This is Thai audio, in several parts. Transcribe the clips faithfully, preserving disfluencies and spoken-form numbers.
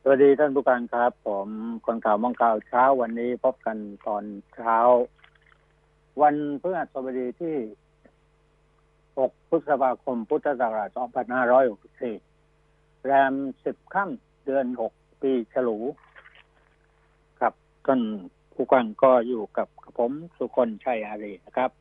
วัสดีท่านผู้การครับผมคนข่าวมองข่าวเช้าวันนี้พบกันตอนเช้าวันพฤหัสบดีที่หกพฤษภาคมพุทธศักราชสองพันห้าร้อยหกสิบสี่แรมสิบค่ำเดือนหกปีฉลูครับท่านผู้การก็อยู่กับผมสุคนชัยอารีนะครับ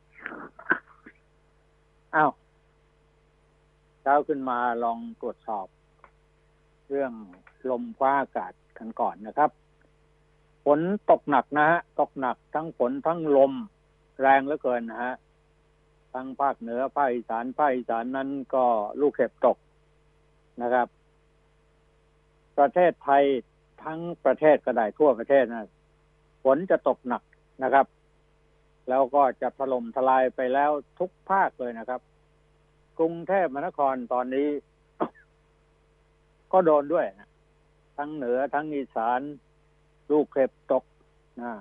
อ้าวเช้าขึ้นมาลองตรวจสอบเรื่องลมฟ้าอากาศกันก่อนนะครับฝนตกหนักนะฮะตกหนักทั้งฝนทั้งลมแรงเหลือเกินนะฮะทั้งภาคเหนือภาคอีสานภาคอีสานนั้นก็ลูกเห็บตกนะครับประเทศไทยทั้งประเทศก็ได้ทั่วประเทศนะฝนจะตกหนักนะครับแล้วก็จะถล่มทลายไปแล้วทุกภาคเลยนะครับกรุงเทพมหานครตอนนี้ ก็โดนด้วยนะทั้งเหนือทั้งอีสานลูกเห็บตกนะ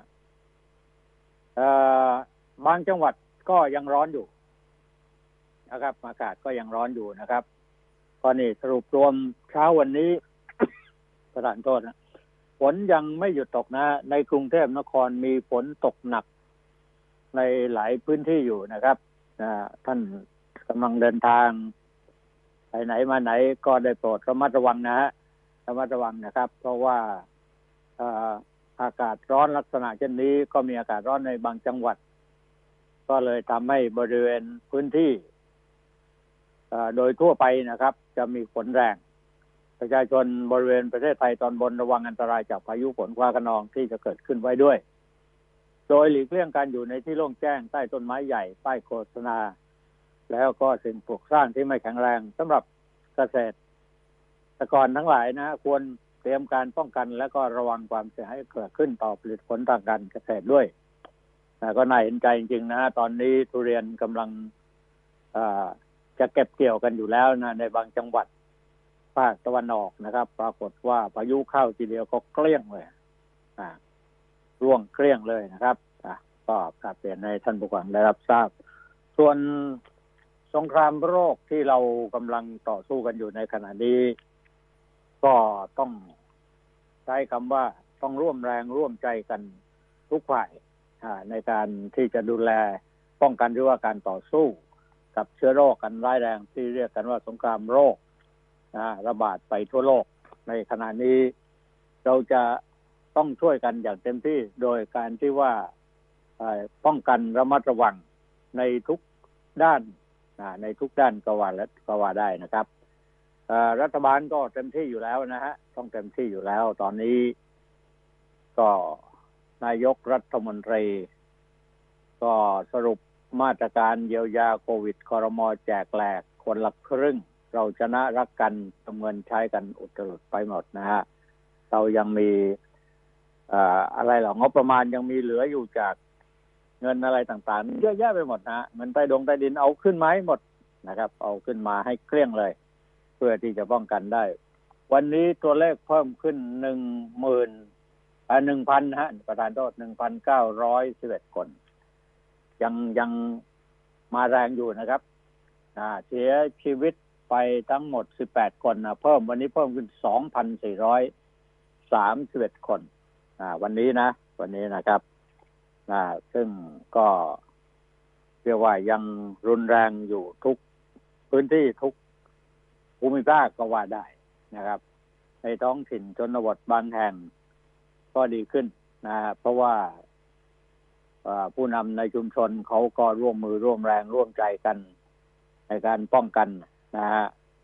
บางจังหวัดก็ยังร้อนอยู่นะครับอากาศก็ยังร้อนอยู่นะครับก็นี่สรุปรวมเช้าวันนี้ ประธานโทษนะฝนยังไม่หยุดตกนะในกรุงเทพนครมีฝนตกหนักในหลายพื้นที่อยู่นะครับท่านกำลังเดินทางไปไหนมาไหนก็ได้โปรดระมัดระวังนะฮะระมัดระวังนะครับเพราะว่าอากาศร้อนลักษณะเช่นนี้ก็มีอากาศร้อนในบางจังหวัดก็เลยทำให้บริเวณพื้นที่โดยทั่วไปนะครับจะมีฝนแรงประชาชนบริเวณประเทศไทยตอนบนระวังอันตรายจากพายุฝนฟ้าคะนองที่จะเกิดขึ้นไว้ด้วยโดยหลีกเลี่ยงการอยู่ในที่โล่งแจ้งใต้ต้นไม้ใหญ่ป้ายโฆษณาแล้วก็สิ่งปลูกสร้างที่ไม่แข็งแรงสำหรับเกษตรกรทั้งหลายนะควรเตรียมการป้องกันและก็ระวังความเสียหายเกิดขึ้นต่อผลิตผลทางการเกษตรด้วยนะก็น่าเห็นใจจริงๆนะตอนนี้ทุเรียนกำลังจะเก็บเกี่ยวกันอยู่แล้วนะในบางจังหวัดภาคตะวันออกนะครับปรากฏว่าพายุเข้าทีเดียวก็เกลี้ยงเลยอ่าร่วงเกลี้ยงเลยนะครับอ่ะก็กลับเปลี่ยนให้ท่านผู้ฟังได้รับทราบส่วนสงครามโรคที่เรากำลังต่อสู้กันอยู่ในขณะนี้ก็ต้องใช้คำว่าต้องร่วมแรงร่วมใจกันทุกฝ่ายในการที่จะดูแลป้องกันหรือว่าการต่อสู้กับเชื้อโรคกันร้ายแรงที่เรียกกันว่าสงครามโรคระบาดไปทั่วโลกในขณะนี้เราจะต้องช่วยกันอย่างเต็มที่โดยการที่ว่าป้องกันระมัดระวังในทุกด้านในทุกด้านก็ว่าและก็ว่าได้นะครับรัฐบาลก็เต็มที่อยู่แล้วนะฮะต้องเต็มที่อยู่แล้วตอนนี้ก็นายกรัฐมนตรีก็สรุปมาตรการเยียวยาโควิดครม.แจกแหลกคนละครึ่งเราชนะรักกันเงินใช้กันอุดหนุนไปหมดนะฮะเรายังมีอะไรหรองบประมาณยังมีเหลืออยู่จากเงินอะไรต่างๆเยอะแยะไปหมดนะเงินใต้ดงใต้ดินเอาขึ้นมาให้หมดนะครับเอาขึ้นมาให้เกลี้ยงเลยเพื่อที่จะป้องกันได้วันนี้ตัวเลขเพิ่มขึ้นหนึ่งหมื่นอ่าหนึ่งพันฮะประธานโทษหนึ่งพันเก้าร้อยสิบเอ็ดคนยังยังมาแรงอยู่นะครับอ่าเสียชีวิตไปทั้งหมดสิบแปดคนนะเพิ่มวันนี้เพิ่มขึ้น สองพันสี่ร้อยสามสิบเอ็ด คนอ่าวันนี้นะวันนี้นะครับอ่าซึ่งก็เรียกว่ายังรุนแรงอยู่ทุกพื้นที่ทุกภูมิภาคก็ว่าได้นะครับในท้องถิ่นชนบทบางแห่งก็ดีขึ้นนะเพราะว่าผู้นำในชุมชนเขาก็ร่วมมือร่วมแรงร่วมใจกันในการป้องกันนะฮะ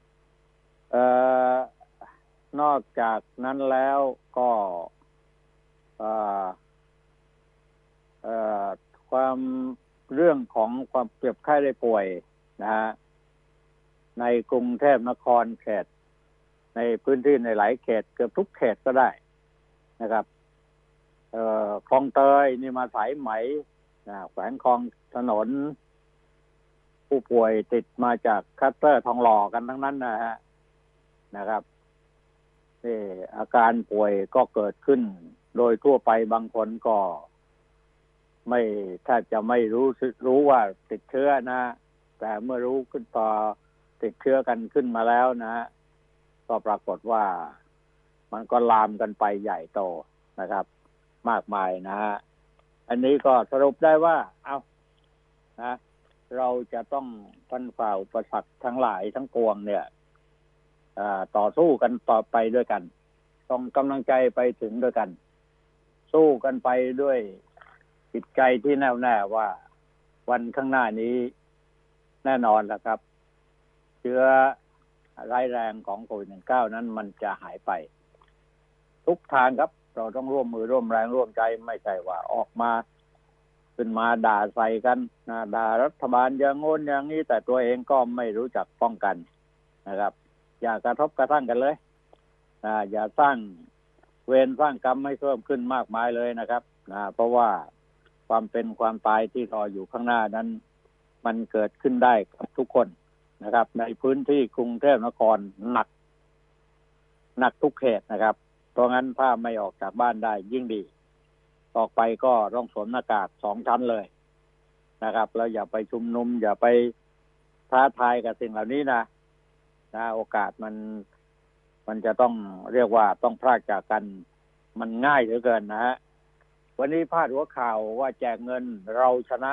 นอกจากนั้นแล้วก็ความเรื่องของความเจ็บไข้ได้ป่วยนะฮะในกรุงเทพนครเขตในพื้นที่ในหลายเขตเกือบทุกเขตก็ได้นะครับคลองเตยนี่มาสายไหมแขวงคลองถนนผู้ป่วยติดมาจากคัสเตอร์ทองหล่อกันทั้งนั้นนะฮะนะครับนี่อาการป่วยก็เกิดขึ้นโดยทั่วไปบางคนก็ไม่ถ้าจะไม่รู้รู้ว่าติดเชื้อนะแต่เมื่อรู้ขึ้นพอติดเชื้อกันขึ้นมาแล้วนะก็ปรากฏว่ามันก็ลามกันไปใหญ่โตนะครับ มากมายนะฮะอันนี้ก็สรุปได้ว่าเอานะเราจะต้องฟันฝ่าอุปสรรคทั้งหลายทั้งปวงเนี่ยต่อสู้กันต่อไปด้วยกันต้องกำลังใจไปถึงด้วยกันสู้กันไปด้วยจิตใจที่แน่วแน่ว่าวันข้างหน้านี้แน่นอนแล้วครับเชื้อร้ายแรงของโควิด สิบเก้า นั้นมันจะหายไปทุกทางครับเราต้องร่วมมือร่วมแรงร่วมใจไม่ใช่ว่าออกมาขึ้นมาด่าใส่กันนะด่ารัฐบาลอย่างโน้นอย่างนี้แต่ตัวเองก็ไม่รู้จักป้องกันนะครับอย่ากระทบกระทั่งกันเลยนะอย่าสร้างเวรสร้างกรรมให้เพิ่มขึ้นมากมายเลยนะครับนะเพราะว่าความเป็นความตายที่รออยู่ข้างหน้านั้นมันเกิดขึ้นได้กับทุกคนนะครับในพื้นที่กรุงเทพนครหนักหนักทุกเขตนะครับเพราะงั้นถ้าไม่ออกจากบ้านได้ยิ่งดีออกไปก็ต้องสวมหน้ากากสองชั้นเลยนะครับแล้วอย่าไปชุมนุมอย่าไปท้าทายกับสิ่งเหล่านี้นะนะโอกาสมันมันจะต้องเรียกว่าต้องพลากจากกันมันง่ายเหลือเกินนะฮะวันนี้พาดหัวข่าวว่าแจกเงินเราชนะ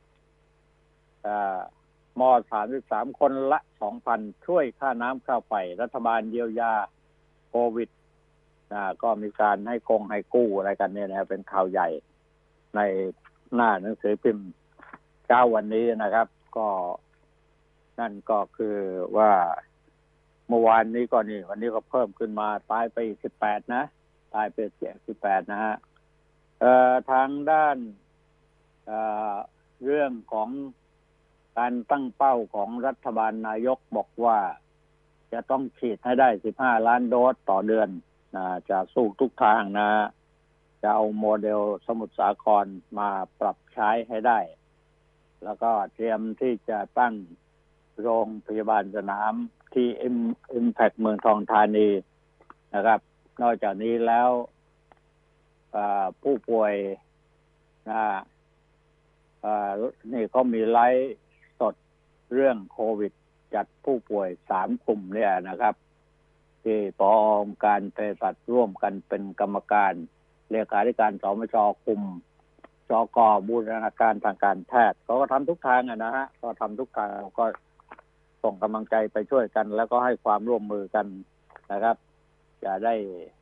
มอสามสิบสามคนละ สองพัน ช่วยค่าน้ำค่าไฟรัฐบาลเยียวยาโควิดนะก็มีการให้กงให้กู้อะไรกันเนี่ยนะเป็นข่าวใหญ่ในหน้าหนังสือพิมพ์เช้าวันนี้นะครับก็นั่นก็คือว่าเมื่อวานนี้ก็นี่วันนี้ก็เพิ่มขึ้นมาตายไปสิบแปดนะตายไปเสียสิบแปดนะฮะเอ่อทางด้านเอ่อเรื่องของการตั้งเป้าของรัฐบาลนายกบอกว่าจะต้องฉีดให้ได้สิบห้าล้านโดสต่อเดือนนะจะสู้ทุกทางนะจะเอาโมเดลสมุทรสาครมาปรับใช้ให้ได้แล้วก็เตรียมที่จะตั้งโรงพยาบาลสนามที่ Impact เมืองทองธานีนะครับนอกจากนี้แล้วผู้ป่วยนะนี่เขามีไลฟ์สดเรื่องโควิดจัดผู้ป่วยสามกลุ่มเนี่ยนะครับที่ปอมการเภสัชร่วมกันเป็นกรรมการเลขาธิการสมชคุมจกบูรณาการทางการแพทย์เขาก็ทำทุกทางอ่ะนะฮะก็ทำทุกทางก็ส่งกำลังใจไปช่วยกันแล้วก็ให้ความร่วมมือกันนะครับจะได้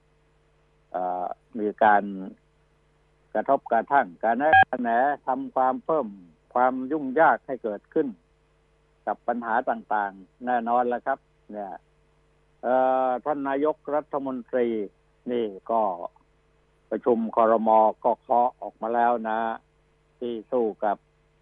มีการกระทบกระทั่งการแนะแนะทำความเพิ่มความยุ่งยากให้เกิดขึ้นกับปัญหาต่างๆแน่นอนแล้วครับเนี่ยท่านนายกรัฐมนตรีนี่ก็ประชุมครม.ก็เคาะออกมาแล้วนะที่สู้กับ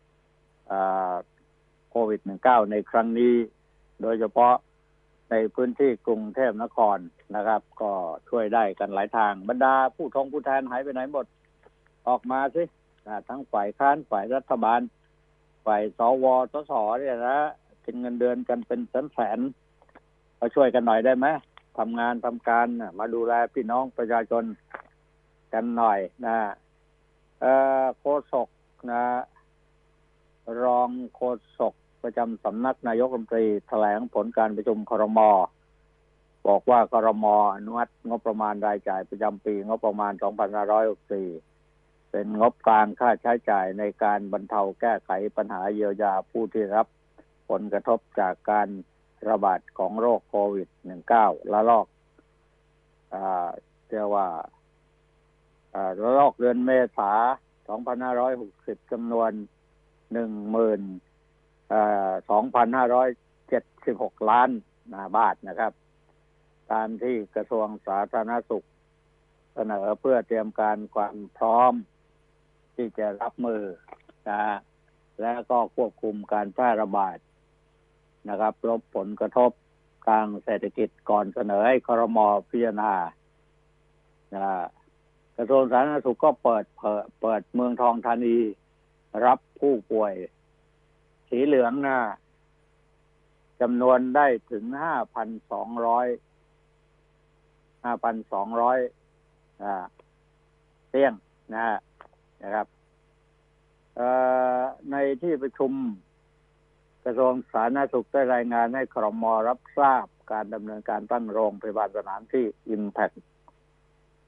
โควิด สิบเก้า ในครั้งนี้โดยเฉพาะในพื้นที่กรุงเทพนครนะครับก็ช่วยได้กันหลายทางบรรดาผู้ท้องผู้แทนหายไปไหนหมดออกมาสิทั้งฝ่ายค้านฝ่ายรัฐบาลฝ่ายสวสสเนี่ยนะกินเงินเดือนกันเป็นแสนๆมาช่วยกันหน่อยได้ไหมทำงานทำการมาดูแลพี่น้องประชาชนกันหน่อยนะเอ่อโฆษกนะรองโฆษกประจำสำนักนายกรัฐมนตรีแถลงผลการประชุมครม.บอกว่าครม.อนุมัติงบประมาณรายจ่ายประจำปีงบประมาณสองพันห้าร้อยหกสิบสี่เป็นงบกลางค่าใช้จ่ายในการบรรเทาแก้ไขปัญหาเยียวยาผู้ที่รับผลกระทบจากการระบาดของโรคโควิด สิบเก้า ระลอกอ่าเรียกว่าอ่าระลอกเดือนเมษายนสองพันห้าร้อยหกสิบจำนวน หนึ่งหมื่นสองพันห้าร้อยเจ็ดสิบหก ล้านบาทนะครับตามที่กระทรวงสาธารณสุขเสนอเพื่อเตรียมการความพร้อมที่จะรับมือนะและก็ควบคุมการแพร่ระบาดนะครับลดผลกระทบทางเศรษฐกิจก่อนเสนอให้ครม.พิจารณานะกระทรวงสาธารณสุขก็เปิดเปิดเปิดเมืองทองธานีรับผู้ป่วยสีเหลืองนะจำนวนได้ถึง ห้าพันสองร้อย ห้าพันสองร้อย อ่าเตียงนะนะครับเอ่อในที่ประชุมกระทรวงสาธารณสุขได้รายงานให้ครม.รับทราบการดำเนินการตั้งโรงพยาบาลสนามที่ Impact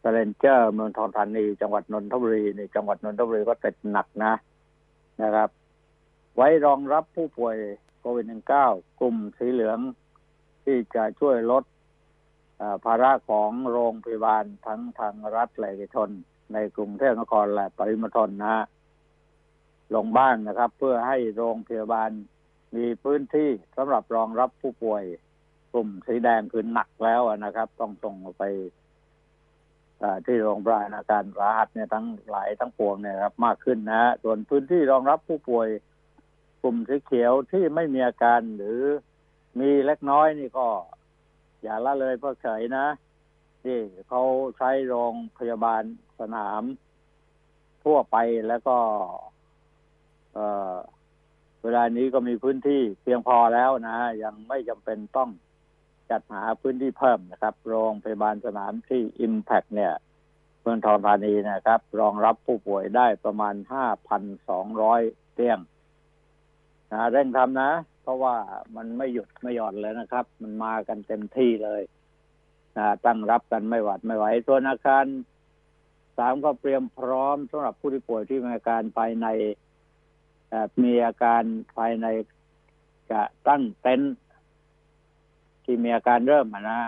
สเลนเจอร์เมืองทองธานีจังหวัดนนทบุรีในจังหวัดนนทบุรีก็ติดหนักนะนะครับไว้รองรับผู้ป่วยโควิด สิบเก้า กลุ่มสีเหลืองที่จะช่วยลดภาระของโรงพยาบาลทั้งทางรัฐและเอกชนในกรุงเทพนครและปริมณฑลนะลงบ้างนะครับเพื่อให้โรงพยาบาลมีพื้นที่สำหรับรองรับผู้ป่วยกลุ่มสีแดงคือหนักแล้วนะครับต้องส่งไปที่โรงพยาบาลอาการสาหัสเนี่ยทั้งหลายทั้งปวงเนี่ยครับมากขึ้นนะส่วนพื้นที่รองรับผู้ป่วยกลุ่มสีเขียวที่ไม่มีอาการหรือมีเล็กน้อยนี่ก็อย่าละเลยเพิกเฉยนะที่เขาใช้โรงพยาบาลสนามทั่วไปแล้วก็เอ่อเวลานี้ก็มีพื้นที่เพียงพอแล้วนะยังไม่จำเป็นต้องจัดหาพื้นที่เพิ่มนะครับโรงพยาบาลสนามที่ Impact เนี่ยเมืองทองธานีนะครับรองรับผู้ป่วยได้ประมาณ ห้าพันสองร้อย เตียงนะเร่งทำนะเพราะว่ามันไม่หยุดไม่หย่อนเลยนะครับมันมากันเต็มที่เลยนะตั้งรับกันไม่หวัดไม่ไหวส่วนอาการสามก็เตรียมพร้อมสำหรับผู้ที่ป่วยที่มีอาการภายในมีอาการภายในจะตั้งเต็นท์ที่มีอาการเริ่มนะ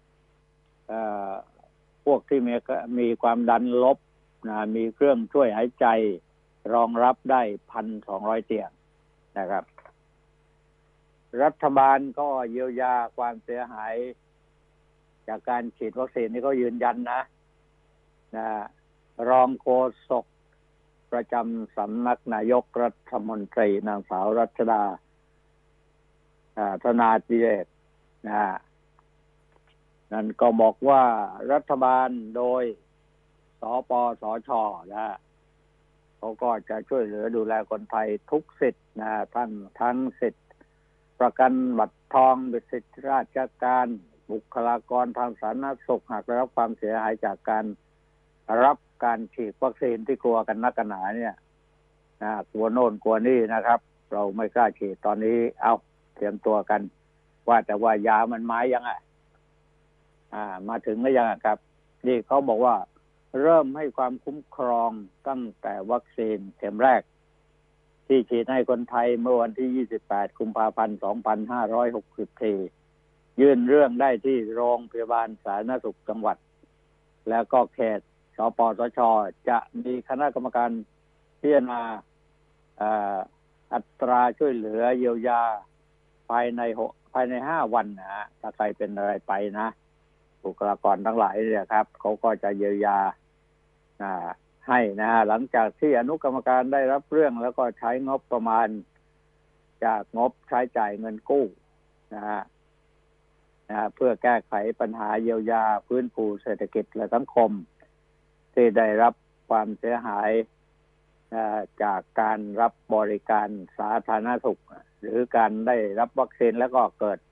พวกที่มีมีความดันลบนะมีเครื่องช่วยหายใจรองรับได้ หนึ่งพันสองร้อย เตียงนะครับรัฐบาลก็เยียวยาความเสียหายจากการฉีดวัคซีนนี่ก็ยืนยันนะนะรองโฆษกประจำสำนักนายกรัฐมนตรีนางสาวรัชดาธนาดิเรกนะนั่นก็บอกว่ารัฐบาลโดยสปสชนะเขาก็จะช่วยเหลือดูแลคนไทยทุกสิทธิ์นะทั้งทั้งสิทธิ์ประกันบัตรทองสิทธิราชการบุคลากรทางสาธารณสุขหากได้รับความเสียหายจากการรับการฉีดวัคซีนที่กลัวกันนักกันหนาเนี่ยนะกลัวโน่นกลัวนี่นะครับเราไม่กล้าฉีดตอนนี้เอาเตรียมตัวกันว่าแต่ว่ายามันมายังไงอ่ามาถึงแล้วยังครับนี่เขาบอกว่าเริ่มให้ความคุ้มครองตั้งแต่วัคซีนเข็มแรกที่ฉีดให้คนไทยเมื่อวันที่ยี่สิบแปดกุมภาพันธ์สองพันห้าร้อยหกสิบสี่ยื่นเรื่องได้ที่โรงพยาบาลสาธารณสุขจังหวัดแล้วก็เขตสปสชจะมีคณะกรรมการพิจารณาอัตราช่วยเหลือเยียวยาภายในภายในห้าวันนะถ้าใครเป็นอะไรไปนะบุคลากรทั้งหลายเนี่ยครับเขาก็จะเยียวยาให้นะหลังจากที่อนุกรรมการได้รับเรื่องแล้วก็ใช้งบประมาณจากงบใช้จ่ายเงินกู้นะฮะนะเพื่อแก้ไขปัญหาเยียวยาฟื้นฟูเศรษฐกิจและสังคมที่ได้รับความเสียหายจากการรับบริการสาธารณสุขหรือการได้รับวัคซีนแล้วก็เกิด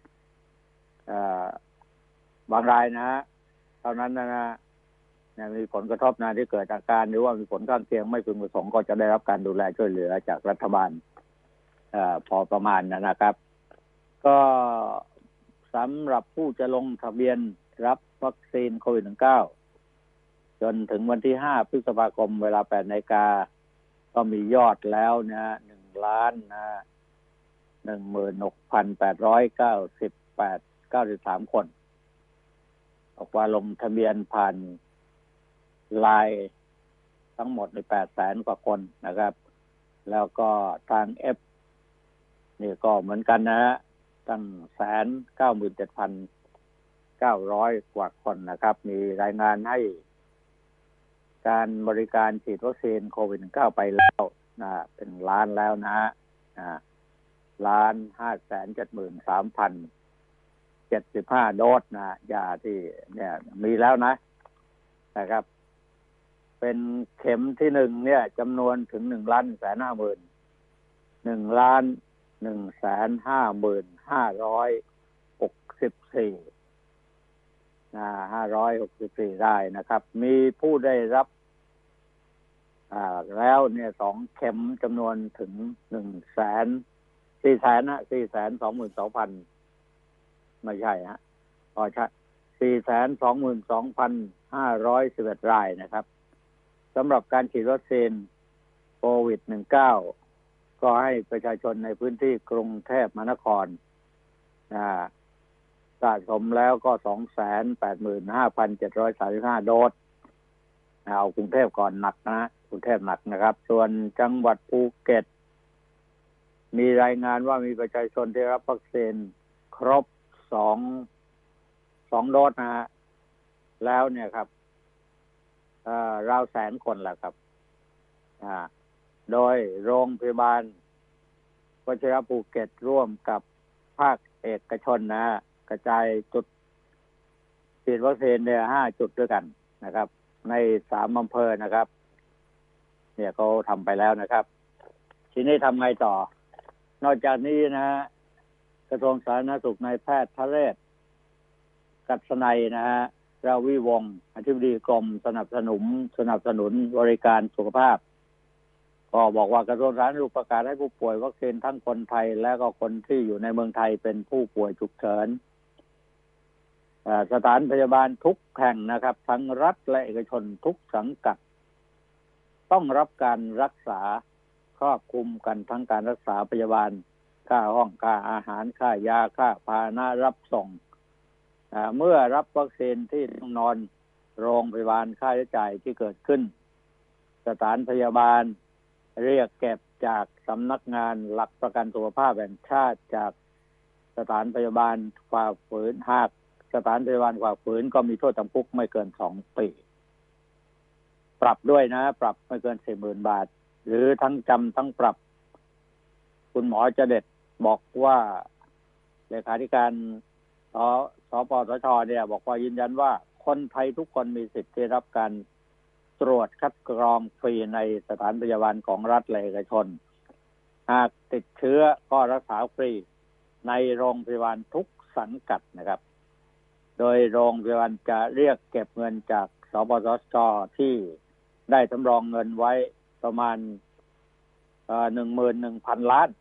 บางรายนะเท่านั้นนะนะมีผลกระทบนะที่เกิดอาการหรือว่ามีผลข้างเคียงไม่พึงประสงค์ก็จะได้รับการดูแลช่วยเหลือจากรัฐบาลพอประมาณนะครับก็สำหรับผู้จะลงทะเบียนรับวัคซีนโควิด สิบเก้า จนถึงวันที่ห้าพฤษภาคมเวลา แปดนาฬิกาก็มียอดแล้วนะหนึ่งล้านนะหนึ่งหมื่นหกพันแปดร้อยเก้าสิบแปด เก้าสิบสามคนบอกว่าลงทะเบียนผ่านไลน์ทั้งหมดใน แปดแสน กว่าคนนะครับแล้วก็ทางเอฟนี่ก็เหมือนกันนะฮะตั้ง หนึ่งแสนเก้าหมื่นเจ็ดพันเก้าร้อย กว่าคนนะครับมีรายงานให้การบริการฉีดวัคซีนโควิด สิบเก้า ไปแล้วนะเป็นล้านแล้วนะอ่าล้าน ห้าแสนเจ็ดหมื่นสามพันเจ็ดสิบห้า โดสนะยาที่เนี่ยมีแล้วนะนะครับเป็นเข็มที่หนึ่งเนี่ยจำนวนถึงหนึ่งล้านแสนห้าหมื่นหนึ่งล้านหนึ่งแสนห้าหมื่นห้าร้อยหกสิบสี่นะห้าร้อยหกสิบสี่ได้นะครับมีผู้ได้รับอ่าแล้วเนี่ยสองเข็มจำนวนถึงหนึ่งแสนสี่แสนนะสี่แสนสองหมื่นสองพันไม่ใช่ฮะพอใช่สี่แสนสองหมื่นสองพันห้าร้อยสิบเอ็ด รายนะครับสำหรับการฉีดวัคซีนโควิด สิบเก้า ก็ให้ประชาชนในพื้นที่กรุงเทพมหานครสะสมแล้วก็ สองแสนแปดหมื่นห้าพันเจ็ดร้อยสามสิบห้า โดสเอากรุงเทพก่อนหนักนะกรุงเทพหนักนะครับส่วนจังหวัดภูเก็ตมีรายงานว่ามีประชาชนที่รับวัคซีนครบสองสองโดสนะฮะแล้วเนี่ยครับราวแสนคนแหละครับโดยโรงพยาบาลวชิรภูเก็ตร่วมกับภาคเอกชนนะกระจายจุดฉีดวัคซีนเนี่ยห้าจุดด้วยกันนะครับในสามอำเภอนะครับเนี่ยเขาทำไปแล้วนะครับทีนี้ทำไงต่อนอกจากนี้นะกระทรวงสาธารณสุขนายแพทย์ทะเรศกัศนัยนะฮะราวิวงศ์อธิบดีกรมสนับสนุนสนับสนุนบริการสุขภาพก็บอกว่ากระทรวงสาธารณสุขประกาศให้ผู้ป่วยวัคซีนทั้งคนไทยและก็คนที่อยู่ในเมืองไทยเป็นผู้ป่วยฉุกเฉินสถานพยาบาลทุกแห่งนะครับทั้งรัฐและเอกชนทุกสังกัดต้องรับการรักษาครอบคลุมกันทั้งการรักษาพยาบาลค่าห้องค่าอาหารค่ายาค่าพาหนะรับส่งเมื่อรับวัคซีนที่ต้องนอนโรงพยาบาลค่าใช้จ่ายที่เกิดขึ้นสถานพยาบาลเรียกเก็บจากสำนักงานหลักประกันสุขภาพแห่งชาติจากสถานพยาบาลฝ่าฝืนหากสถานพยาบาลฝ่าฝืนก็มีโทษจำคุกไม่เกินสองปีปรับด้วยนะปรับไม่เกิน สี่หมื่น บาทหรือทั้งจำทั้งปรับคุณหมอจเด็ดบอกว่าเลขาธิการสสปสชเนี่ยบอกว่ายืนยันว่าคนไทยทุกคนมีสิทธิ์ได้รับการตรวจคัดกรองฟรีในสถานพยาบาลของรัฐและเอกชนหากติดเชื้อก็รักษาฟรีในโรงพยาบาลทุกสังกัดนะครับโดยโรงพยาบาลจะเรียกเก็บเงินจากสปสชที่ได้สำรองเงินไว้ประมาณหนึ่งหมื่นหนึ่งพันล้าน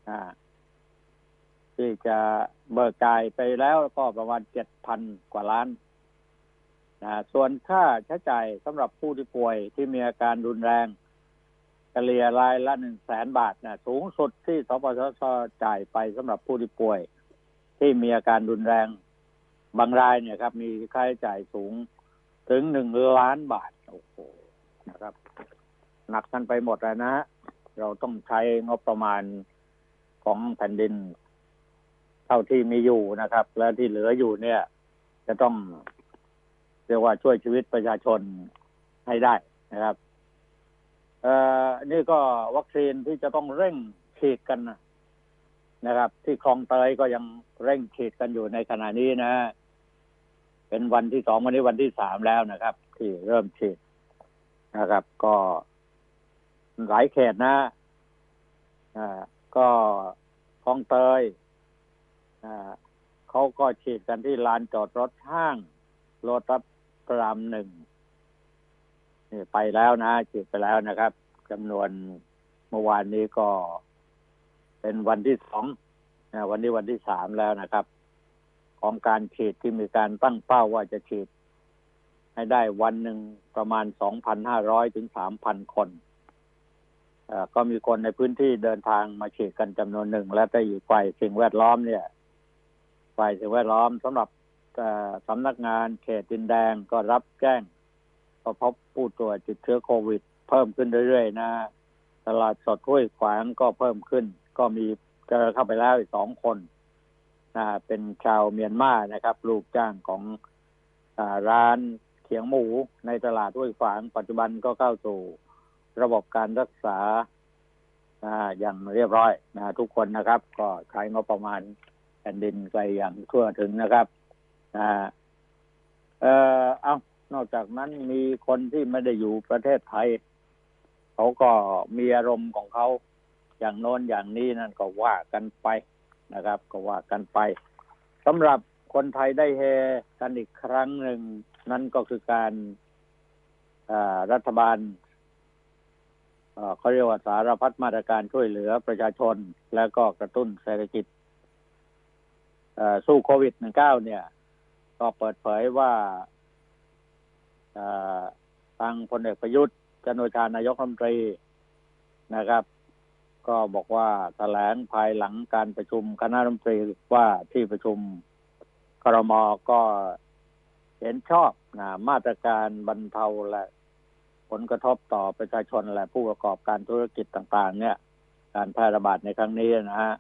ที่จะเบิกจ่ายไปแล้วก็ประมาณเจ็ดพันกว่าล้านส่วนค่าใช้จ่ายสำหรับผู้ที่ป่วยที่มีอาการรุนแรงเฉลี่ยรายละหนึ่งแสนบาทนะสูงสุดที่สปสชจ่ายไปสำหรับผู้ที่ป่วยที่มีอาการรุนแรงบางรายเนี่ยครับมีค่าใช้จ่ายสูงถึงหนึ่งล้านบาทโอ้โหนะครับหนักกันไปหมดเลยนะฮะเราต้องใช้งบประมาณของแผ่นดินเท่าที่มีอยู่นะครับและที่เหลืออยู่เนี่ยจะต้องเรียกว่าช่วยชีวิตประชาชนให้ได้นะครับเอ่อนี่ก็วัคซีนที่จะต้องเร่งฉีดกันนะครับที่คลองเตยก็ยังเร่งฉีดกันอยู่ในขณะนี้นะเป็นวันที่สองวันนี้วันที่สามแล้วนะครับที่เริ่มฉีดนะครับก็หลายเขตนะอ่าก็คลองเตยอ่าเขาก็ฉีดกันที่ลานจอดรถห้างโลตัสพระรามหนึ่งนี่ไปแล้วนะฉีดไปแล้วนะครับจำนวนเมื่อวานนี้ก็เป็นวันที่สองนะวันนี้วันที่สามแล้วนะครับของการฉีดที่มีการตั้งเป้าว่าจะฉีดให้ได้วันหนึ่งประมาณ สองพันห้าร้อย ถึง สามพัน คนเอ่อก็มีคนในพื้นที่เดินทางมาฉีดกันจำนวนหนึ่งและได้อยู่ฝ่ายสิ่งแวดล้อมเนี่ยฝ่ายสิ่งแวดล้อมสำหรับสำนักงานเขตดินแดงก็รับแจ้งก็พบผู้ตรวจติดเชื้อโควิดเพิ่มขึ้นเรื่อยๆนะตลาดสดห้วยขวางก็เพิ่มขึ้นก็มีเจอเข้าไปแล้วอีกสองคนนะเป็นชาวเมียนมานะครับลูกจ้างของอ่าร้านเขียงหมูในตลาดห้วยขวางปัจจุบันก็เข้าสู่ระบบการรักษาอ่าอย่างเรียบร้อยนะทุกคนนะครับก็ใช้งบประมาณแผ่นดินไปอย่างทั่วถึงนะครับอ่าเอ่อเอานอกจากนั้นมีคนที่ไม่ได้อยู่ประเทศไทยเขาก็มีอารมณ์ของเขาอย่างโน้นอย่างนี้นั่นก็ว่ากันไปนะครับก็ว่ากันไปสำหรับคนไทยได้เฮกันอีกครั้งหนึ่งนั่นก็คือการรัฐบาลเขาเรียกว่าสารพัดมาตรการช่วยเหลือประชาชนและก็กระตุ้นเศรษฐกิจสู้โควิด สิบเก้า เนี่ยก็เปิดเผยว่าทางพลเอกประยุทธ์จันทร์โอชานายกรัฐมนตรีนะครับก็บอกว่าแถลงภายหลังการประชุมคณะรัฐมนตรีว่าที่ประชุมครม.ก็เห็นชอบนะมาตรการบรรเทาและผลกระทบต่อประชาชนและผู้ประกอบการธุรกิจต่างๆเนี่ยการแพร่ระบาดในครั้งนี้นะฮะ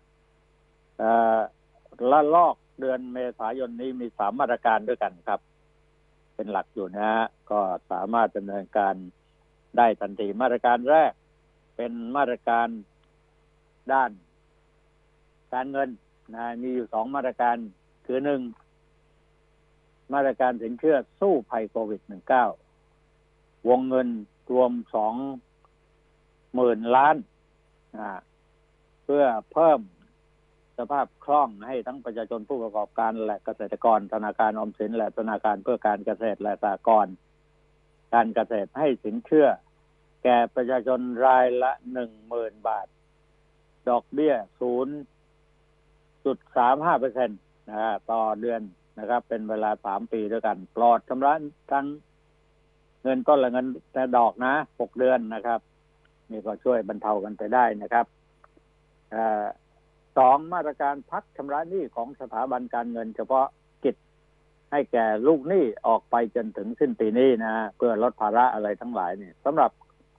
ละลอกเดือนเมษายนนี้มีสามมาตรการด้วยกันครับเป็นหลักอยู่นะฮะก็สามารถดำเนินการได้ทันทีมาตรการแรกเป็นมาตรการด้านการเงินนะมีอยู่สองมาตรการคือหนึ่งมาตรการสินเชื่อสู้ภัยโควิด สิบเก้า วงเงินรวมสองหมื่นล้านนะเพื่อเพิ่มสภาพคล่องให้ทั้งประชาชนผู้ประกอบการและเกษตรกรธนาคารออมสินและธนาคารเพื่อการเกษตรและสหกรณ์การเกษตรให้สินเชื่อแก่ประชาชนรายละ หนึ่งหมื่น บาทดอกเบี้ย ศูนย์จุดสามห้าเปอร์เซ็นต์ นะฮะต่อเดือนนะครับเป็นเวลาสามปีด้วยกันปลอดชำระทั้งเงินต้นและเงินแต่ดอกนะหกเดือนนะครับนี่ก็ช่วยบรรเทากันไปได้นะครับเอ่อสองมาตรการพักชำระหนี้ของสถาบันการเงินเฉพาะกิจให้แก่ลูกหนี้ออกไปจนถึงสิ้นปีนี้นะเพื่อลดภาระอะไรทั้งหลายเนี่ยสำหรับ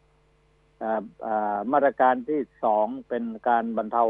มาตรการที่สองเป็นการบรรเทา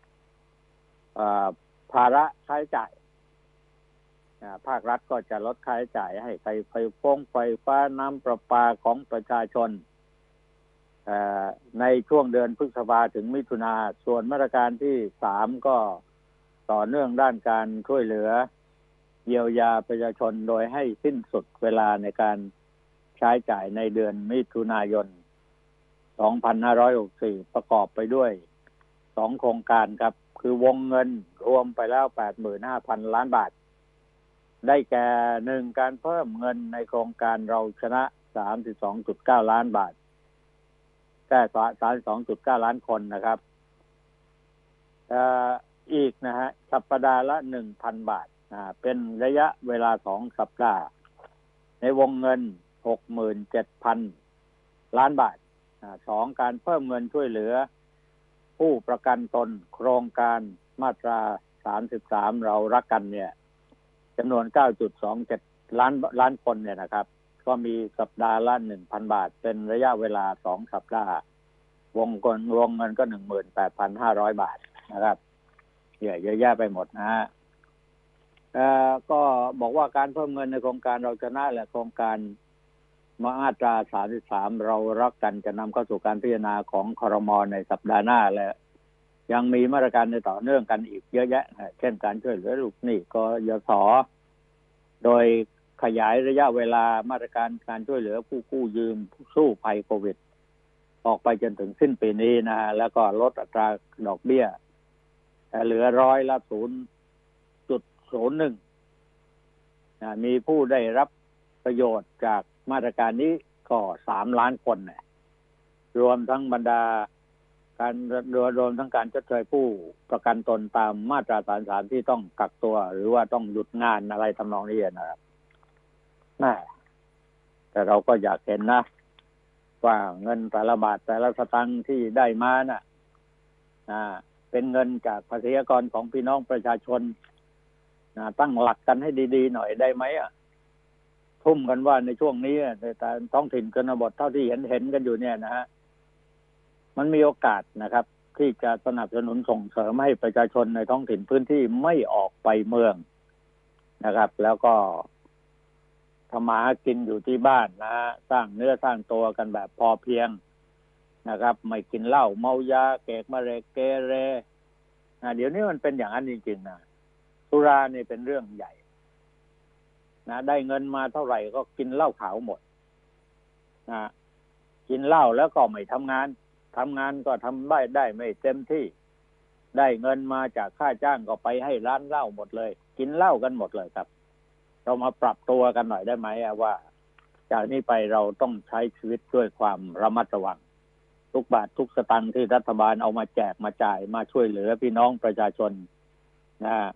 ภาระค่าใช้จ่ายภาครัฐก็จะลดค่าใช้จ่ายให้ไฟไฟฟ้องไฟฟ้าน้ำประปาของประชาชนในช่วงเดือนพฤษภาถึงมิถุนาส่วนมาตรการที่สามก็ต่อเนื่องด้านการช่วยเหลือเยียวยาประชาชนโดยให้สิ้นสุดเวลาในการใช้จ่ายในเดือนมิถุนายนสองพันห้าร้อยหกสิบสี่ประกอบไปด้วยสองโครงการครับคือวงเงินรวมไปแล้ว แปดหมื่นห้าพัน ล้านบาทได้แก่หนึ่งการเพิ่มเงินในโครงการเราชนะ สามสิบสองจุดเก้า ล้านบาทแค่ สามสิบสองจุดเก้า ล้านคนนะครับเอ่ออีกนะฮะสัปดาห์ละ หนึ่งพัน บาทอ่าเป็นระยะเวลาสองสัปดาห์ในวงเงิน หกหมื่นเจ็ดพัน ล้านบาทอ่าสองการเพิ่มเงินช่วยเหลือผู้ประกันตนโครงการมาตราสามสิบสามเรารักกันเนี่ยจำนวน เก้าจุดสองเจ็ด ล้านล้านคนเนี่ยนะครับก็มีสัปดาห์ละ หนึ่งพัน บาทเป็นระยะเวลาสองสัปดาห์วงเงินวงเงินก็ หนึ่งหมื่นแปดพันห้าร้อย บาทนะครับเยอะเยอะแยะไปหมดนะฮะเอ่อก็บอกว่าการเพิ่มเงินในโครงการเราชนะและโครงการมาตราสามสิบสามเรารักกันจะนำเข้าสู่การพิจารณาของครม.ในสัปดาห์หน้าและยังมีมาตรการในต่อเนื่องกันอีกเยอะแยะเช่นการช่วยเหลือลูกหนี้กยศ.โดยขยายระยะเวลามาตรการการช่วยเหลือผู้กู้ยืมสู้ภัยโควิดออกไปจนถึงสิ้นปีนี้นะแล้วก็ลดอัตราดอกเบี้ยเหลือร้อยละ ศูนย์จุดศูนย์หนึ่ง มีผู้ได้รับประโยชน์จากมาตรการนี้ก็สามล้านคนเนี่ยรวมทั้งบรรดาการรวมทั้งการชดเชยผู้ประกันตนตามมาตราสามสิบสามที่ต้องกักตัวหรือว่าต้องหยุดงานอะไรทำนองนี้นะครับน่าแต่เราก็อยากเห็นนะว่าเงินแต่ละบาทแต่ละสตางค์ที่ได้มาน่ะอ่าเป็นเงินจากภาษีกรของพี่น้องประชาชนนะตั้งหลักกันให้ดีๆหน่อยได้ไหมอ่ะทุ่มกันว่าในช่วงนี้ในท้องถิ่นชนบทเท่าที่เห็นเห็นกันอยู่เนี่ยนะฮะมันมีโอกาสนะครับที่จะสนับสนุนส่งเสริมให้ประชาชนในท้องถิ่นพื้นที่ไม่ออกไปเมืองนะครับแล้วก็ทำมาหากินอยู่ที่บ้านนะฮะสร้างเนื้อสร้างตัวกันแบบพอเพียงนะครับไม่กินเหล้าเมายาเกกมะเรกเกเรนะเดี๋ยวนี้มันเป็นอย่างนั้นจริงๆนะสุรานี่เป็นเรื่องใหญ่นะได้เงินมาเท่าไหร่ก็กินเหล้าขาวหมดนะกินเหล้าแล้วก็ไม่ทำงานทำงานก็ทำได้ได้ไม่เต็มที่ได้เงินมาจากค่าจ้างก็ไปให้ร้านเหล้าหมดเลยกินเหล้ากันหมดเลยครับเรามาปรับตัวกันหน่อยได้ไหมว่าจากนี้ไปเราต้องใช้ชีวิตด้วยความระมัดระวังทุกบาททุกสตางค์ที่รัฐบาลเอามาแจกมาจ่ายมาช่วยเหลือพี่น้องประชาชนนะ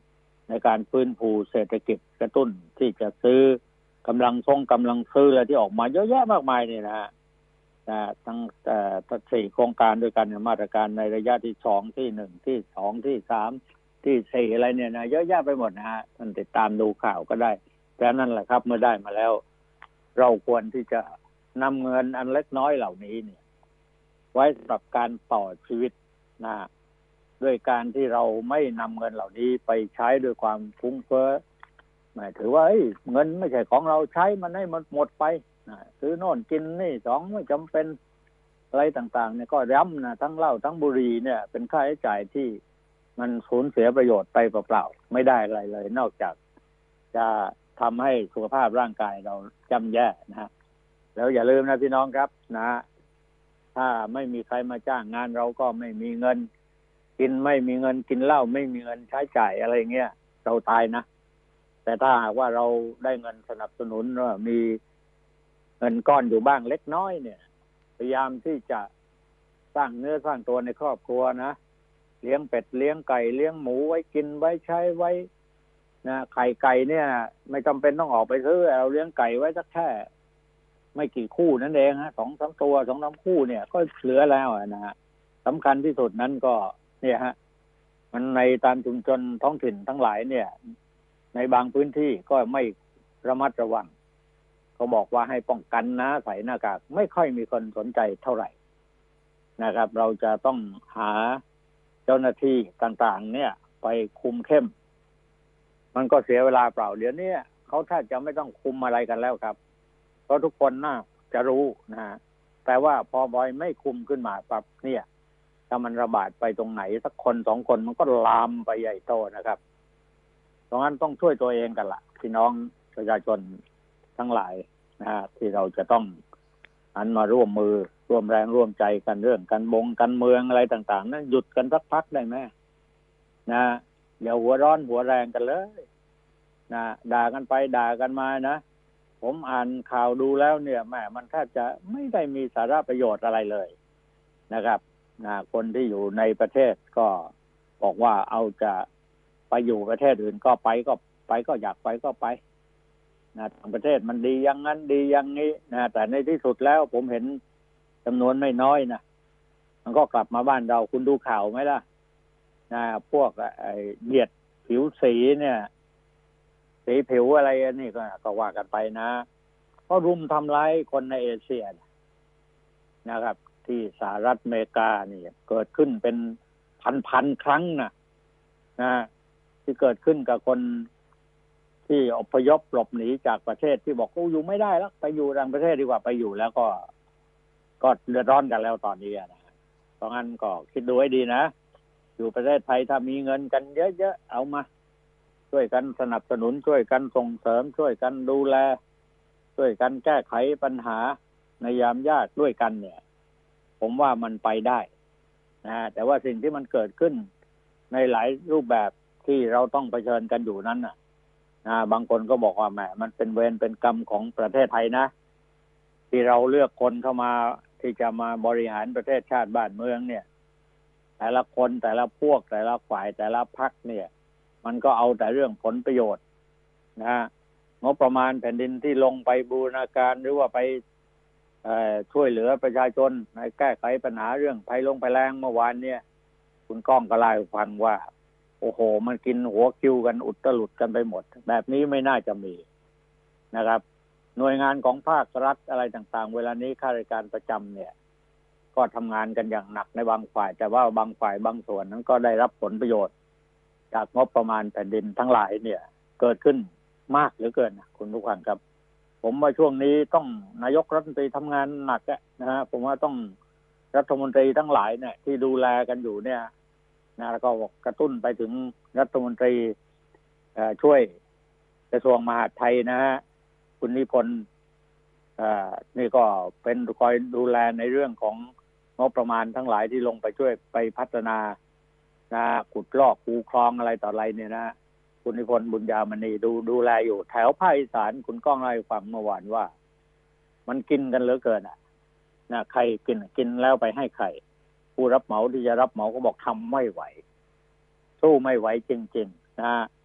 ในการฟื้นฟูเศรษฐกิจกระตุ้นที่จะซื้อกำลังทรงกำลังซื้ออะไรที่ออกมาเยอะแยะมากมายนี่นะฮะทั้งทั้งสี่โครงการด้วยกันมาตรการในระยะที่สองที่หนึ่งที่สองที่สามที่สี่อะไรเนี่ยนะเยอะแยะไปหมดนะฮะท่านติดตามดูข่าวก็ได้แต่นั่นแหละครับเมื่อได้มาแล้วเราควรที่จะนำเงินอันเล็กน้อยเหล่านี้เนี่ยไว้สำหรับการต่อชีวิตนะด้วยการที่เราไม่นำเงินเหล่านี้ไปใช้ด้วยความฟุ้งเฟ้อหมายถือว่าเงินไม่ใช่ของเราใช้มันให้มันหมดไปซื้อโน่นกินนี่สองไม่จำเป็นอะไรต่างๆเนี่ยก็ย้ำนะทั้งเหล้าทั้งบุหรี่เนี่ยเป็นค่าใช้จ่ายที่มันสูญเสียประโยชน์ไปเปล่าๆไม่ได้อะไรเลยนอกจากจะทำให้สุขภาพร่างกายเราย่ำแย่นะฮะแล้วอย่าลืมนะพี่น้องครับนะถ้าไม่มีใครมาจ้างงานเราก็ไม่มีเงินกินไม่มีเงินกินเหล้าไม่มีเงินใช้จ่ายอะไรเงี้ยเราตายนะแต่ถ้าหากว่าเราได้เงินสนับสนุนว่ามีเงินก้อนอยู่บ้างเล็กน้อยเนี่ยพยายามที่จะสร้างเนื้อสร้างตัวในครอบครัวนะเลี้ยงเป็ดเลี้ยงไก่เลี้ยงหมูไว้กินไว้ใช้ไว้นะไข่ไก่เนี่ยไม่จำเป็นต้องออกไปซื้อเราเลี้ยงไก่ไว้สักแค่ไม่กี่คู่นั่นเองฮะสองสามตัวสองสามคู่เนี่ยก็เหลือแล้วนะฮะสำคัญที่สุดนั้นก็เนี่ยฮะมันในตามชุมชนท้องถิ่นทั้งหลายเนี่ยในบางพื้นที่ก็ไม่ระมัดระวังเขาบอกว่าให้ป้องกันนะใส่หน้ากากไม่ค่อยมีคนสนใจเท่าไหร่นะครับเราจะต้องหาเจ้าหน้าที่ต่างๆเนี่ยไปคุมเข้มมันก็เสียเวลาเปล่าเดี๋ยวนี้เขาแทบจะไม่ต้องคุมอะไรกันแล้วครับเพราะทุกคนน่าจะรู้นะแต่ว่าพอบอยไม่คุมขึ้นมาปั๊บเนี่ยถ้ามันระบาดไปตรงไหนสักคนสองคนมันก็ลามไปใหญ่โตนะครับเพราะงั้นต้องช่วยตัวเองกันละพี่น้องประชาชนทั้งหลายนะฮะที่เราจะต้องหันมาร่วมมือร่วมแรงร่วมใจกันเรื่องการบงการเมืองอะไรต่างๆนั้นหยุดกันสักพักได้ไหมนะอย่าหัวร้อนหัวแรงกันเลยนะด่ากันไปด่ากันมานะผมอ่านข่าวดูแล้วเนี่ยแม่มันแทบจะไม่ได้มีสาระประโยชน์อะไรเลยนะครับนะคนที่อยู่ในประเทศก็บอกว่าเอาจะไปอยู่ประเทศอื่นก็ไปก็ไปก็อยากไปก็ไปนะต่างประเทศมันดีอย่างนั้นดีอย่างนี้นะแต่ในที่สุดแล้วผมเห็นจำนวนไม่น้อยนะมันก็กลับมาบ้านเราคุณดูข่าวไหมล่ะนะพวกไอ้เหยียดผิวสีเนี่ยสีผิวอะไรนี่ก็ก็ว่ากันไปนะก็รุมทำร้ายคนในเอเชียนะครับที่สหรัฐอเมริกานี่เกิดขึ้นเป็นพันๆครั้งนะนะที่เกิดขึ้นกับคนที่อพยพหลบหนีจากประเทศที่บอกกูอยู่ไม่ได้แล้วไปอยู่ต่างประเทศดีกว่าไปอยู่แล้วก็ก็เดือดร้อนกันแล้วตอนนี้นะเพราะงั้นก็คิดดูให้ดีนะอยู่ประเทศไทยถ้ามีเงินกันเยอะๆเอามาช่วยกันสนับสนุนช่วยกันส่งเสริมช่วยกันดูแลช่วยกันแก้ไขปัญหาในยามยากด้วยกันเนี่ยผมว่ามันไปได้นะแต่ว่าสิ่งที่มันเกิดขึ้นในหลายรูปแบบที่เราต้องเผชิญกันอยู่นั้นน่ะนะบางคนก็บอกว่าแหมมันเป็นเวรเป็นกรรมของประเทศไทยนะที่เราเลือกคนเข้ามาที่จะมาบริหารประเทศชาติบ้านเมืองเนี่ยแต่ละคนแต่ละพวกแต่ละฝ่ายแต่ละพรรคเนี่ยมันก็เอาแต่เรื่องผลประโยชน์นะงบประมาณแผ่นดินที่ลงไปบูรณาการหรือว่าไปช่วยเหลือประชาชนในแก้ไขปัญหาเรื่องภัยลงภัยแล้งเมื่อวานเนี่ยคุณก้องก็เล่าให้ฟังว่าโอ้โหมันกินหัวคิวกันอุตลุดกันไปหมดแบบนี้ไม่น่าจะมีนะครับหน่วยงานของภาครัฐอะไรต่างๆเวลานี้ข้าราชการประจำเนี่ยก็ทำงานกันอย่างหนักในบางฝ่ายแต่ว่าบางฝ่ายบางส่วนนั้นก็ได้รับผลประโยชน์จากงบประมาณแผ่นดินทั้งหลายเนี่ยเกิดขึ้นมากเหลือเกินคุณผู้ฟังครับผมว่าช่วงนี้ต้องนายกรัฐมนตรีทำงานหนักนะฮะผมว่าต้องรัฐมนตรีทั้งหลายเนี่ยที่ดูแลกันอยู่เนี่ยนะแล้วก็กระตุ้นไปถึงรัฐมนตรีช่วยกระทรวงมหาดไทยนะฮะคุณนิพนธ์นี่ก็เป็นคอยดูแลในเรื่องของงบประมาณทั้งหลายที่ลงไปช่วยไปพัฒนานะขุดลอกคูคลองอะไรต่ออะไรเนี่ยนะคุณนิพนธ์บุญญามณีดูดูแลอยู่แถวภาคอีสานคุณก้องเล่าให้ฟังเมื่อวานว่ามันกินกันเหลือเกินอ่ะนะใครกินกินแล้วไปให้ใครผู้รับเหมาที่จะรับเหมาก็บอกทำไม่ไหวสู้ไม่ไหวจริงๆนะ